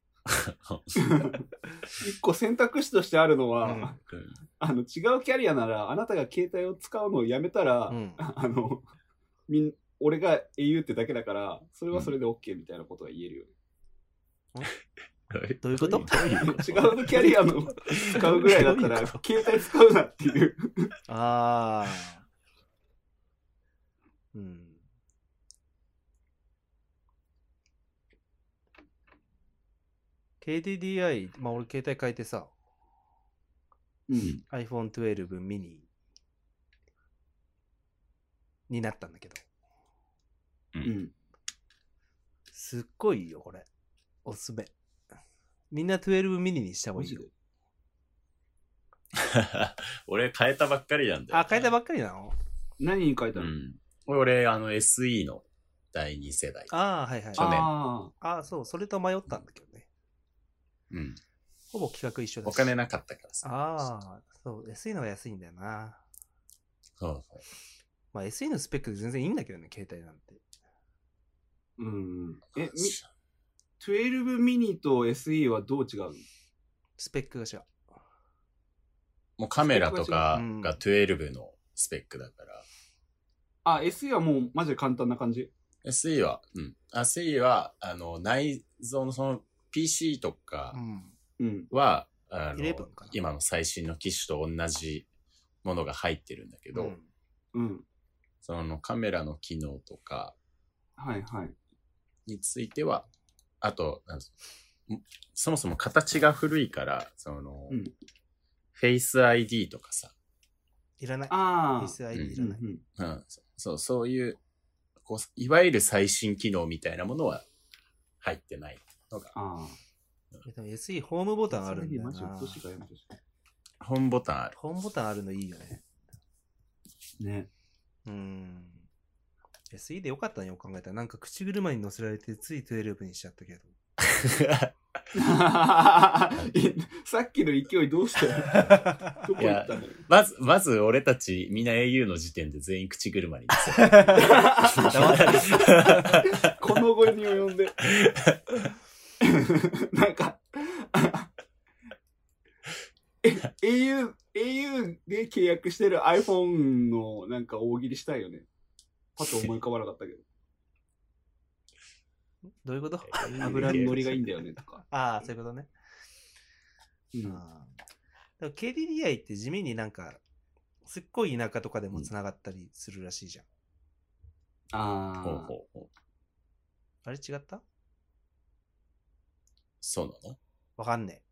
Speaker 2: 一個選択肢としてあるのは、うん、あの違うキャリアならあなたが携帯を使うのをやめたら、うん、あのみん俺が エーユー ってだけだからそれはそれで OK みたいなことが言えるよね。
Speaker 1: うん、どういうこと？
Speaker 2: 違うキャリアの使うぐらいだったら携帯使うなっていう。
Speaker 1: ああ。うん。ケーディーディーアイ、まあ俺携帯変えてさ、
Speaker 2: うん、
Speaker 1: アイフォントゥエルブ mini になったんだけど、
Speaker 2: うん、
Speaker 1: すっごいいいよこれ。おすすめ。みんなじゅうにミニにした方がいいよ。
Speaker 3: 俺変えたばっかりなんだよ、ね。
Speaker 1: あ、変えたばっかりなの？
Speaker 2: 何に変えたの？うん、
Speaker 3: 俺、あの エスイー のだいに世代。
Speaker 1: ああ、はいはい。
Speaker 3: 去年。
Speaker 1: ああ、そう、それと迷ったんだけどね。
Speaker 3: うん。
Speaker 1: ほぼ企画一緒だし。
Speaker 3: お金なかったからさ。
Speaker 1: ああ、そう、エスイー の方が安いんだよな。
Speaker 3: そうそう。
Speaker 1: まあ エスイー のスペックで全然いいんだけどね、携帯なんて。
Speaker 2: うん。え、み、じゅうにミニと エスイー はどう違うの？
Speaker 1: スペックが違う。
Speaker 3: もうカメラとかがじゅうにのスペックだから。
Speaker 2: あ、エスイー はもうマジで簡単な感じ？
Speaker 3: エスイー は、うん。エスイー は、あの、内蔵のその ピーシー とかは、うん、あの、今の最新の機種と同じものが入ってるんだけど、
Speaker 2: うん。
Speaker 3: そのカメラの機能とか、
Speaker 2: はいはい。
Speaker 3: については、あと、そもそも形が古いから、その、うん、フェイス アイディー とかさ。
Speaker 1: いらない。
Speaker 2: ああ。
Speaker 1: フェイス アイディー いらない。
Speaker 3: うん。うん、そう、そういう、こう、いわゆる最新機能みたいなものは入ってないのが。
Speaker 2: ああ。
Speaker 1: でも エスイー ホームボタンあるんだよな。
Speaker 3: ホームボタンある。
Speaker 1: ホームボタンあるのいいよね。
Speaker 2: ね。
Speaker 1: うん。エスイー でよかったね、よく考えたら。なんか口車に乗せられてついじゅうににしちゃったけど。
Speaker 2: さっきの勢いどうしたよ。どこ行ったの？
Speaker 3: まず、まず俺たちみんな エーユー の時点で全員口車に乗せ
Speaker 2: この後に及んで。なんか、え、au、au で契約してる iPhone のなんか大喜利したいよね。パッと思い浮かばなかったけど。
Speaker 1: どういうこと？
Speaker 2: 油の乗りがいいんだよねとか。
Speaker 1: ああ、そういうことね。
Speaker 2: うん。
Speaker 1: だから ケーディーディーアイ って地味になんか、すっごい田舎とかでもつながったりするらしいじゃん。
Speaker 2: ああ。
Speaker 3: ほうほうほう。
Speaker 1: あれ違った？
Speaker 3: そうなの？
Speaker 1: わかんね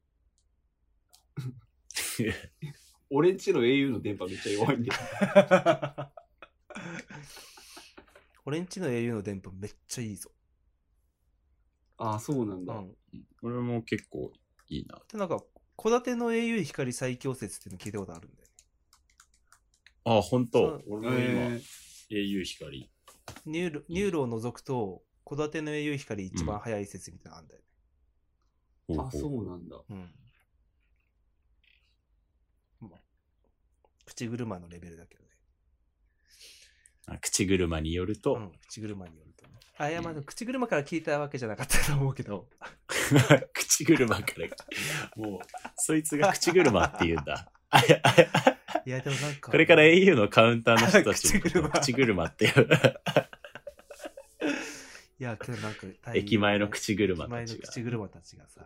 Speaker 2: え。俺んちの エーユー の電波めっちゃ弱いんだよ。
Speaker 1: 俺んちの エーユー の電波めっちゃいいぞ。
Speaker 2: ああ、そうなんだ。
Speaker 3: うん。俺も結構いいな。
Speaker 1: で、なんか、戸建ての エーユー 光最強説っていうの聞いたことあるんだよね。
Speaker 3: ああ、ほんと。俺も今、えー、エーユー 光。
Speaker 1: ニューロ、ニューロを除くと、戸建ての エーユー 光一番早い説みたいなのあるんだよね。
Speaker 2: うん、あ、そうなんだ。
Speaker 1: うん。まあ、口車のレベルだけどね。
Speaker 3: あ、口車によると、
Speaker 1: うん、口車によるとね。あ、いや、まあ、口車から聞いたわけじゃなかったと思うけど。
Speaker 3: 口車から、もう、そいつが口車って言うんだ。
Speaker 1: いや、でもなんか。
Speaker 3: これから エーユー のカウンターの人たちも口車っていう。
Speaker 1: いや、けどなんか、
Speaker 3: 駅前の口車たちが。
Speaker 1: 駅前の口車たちがさ、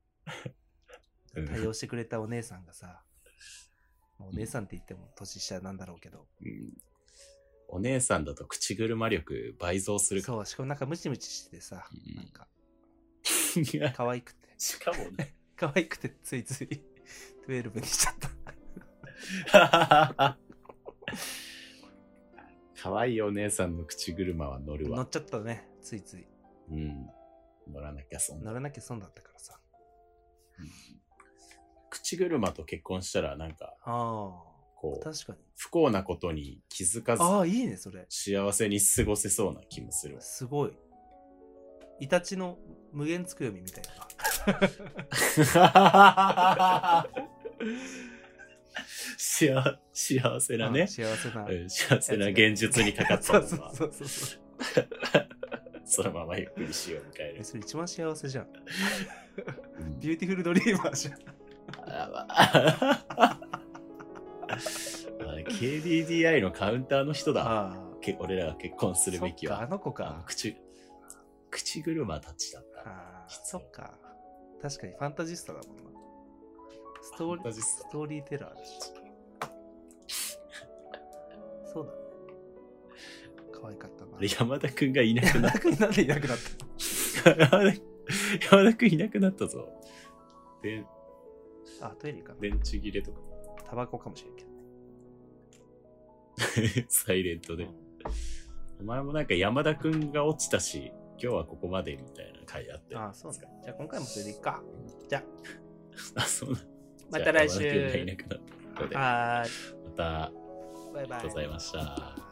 Speaker 1: 対応してくれたお姉さんがさ、お姉さんって言っても年下なんだろうけど、
Speaker 3: うん、お姉さんだと口車力倍増するから。
Speaker 1: そう、しかもなんかムチムチしてさ、うん、なんか可愛くて、
Speaker 3: しかもね、
Speaker 1: 可愛くてついついじゅうににしちゃった。
Speaker 3: 可愛いお姉さんの口車は乗るわ。
Speaker 1: 乗っちゃったね、ついつい。
Speaker 3: うん。乗らなきゃ損。
Speaker 1: 乗らなきゃ損だったからさ。
Speaker 3: うん、口車と結婚したらなんか、
Speaker 1: あ
Speaker 3: こう
Speaker 1: 確かに
Speaker 3: 不幸なことに気づかず、
Speaker 1: ああいいねそれ。
Speaker 3: 幸せに過ごせそうな気もする。
Speaker 1: すごい。イタチの無限つくよみみたい
Speaker 3: な。幸, 幸せなね、
Speaker 1: 幸せな、
Speaker 3: うん、幸せな現実にかかったもんな。
Speaker 1: そうそうそうそう。
Speaker 3: そのままゆっくり死を迎える。
Speaker 1: それ一番幸せじゃん。
Speaker 3: うん、
Speaker 1: ビューティフルドリーマーじゃん。
Speaker 3: ケーディーディーアイ のカウンターの人だ。
Speaker 1: あ
Speaker 3: け俺らが結婚するべきは。
Speaker 1: あの子か。
Speaker 3: 口、口車たちだった。
Speaker 1: ああ、そっか。確かにファンタジスタだもんな。ストーリー、ストーリーテラーだし。そうだね。可愛かったな。
Speaker 3: 山田くんがいなくなった。
Speaker 1: なんでいなくなった
Speaker 3: 山田、山田くんいなくなったぞ。で、
Speaker 1: あ、トイレかな。
Speaker 3: 電池切れとか。
Speaker 1: タバコかもしれんけどね。
Speaker 3: サイレントで。お前もなんか山田くんが落ちたし、今日はここまでみたいな回あって。
Speaker 1: ああ、そうですか。じゃあ今回もそれでいっか。じゃ
Speaker 3: あ。あ、そうだ。
Speaker 1: また来週。
Speaker 3: 山田くんがいなくなったので。
Speaker 1: は
Speaker 3: また、
Speaker 1: バイバイ。
Speaker 3: ありがとうございました。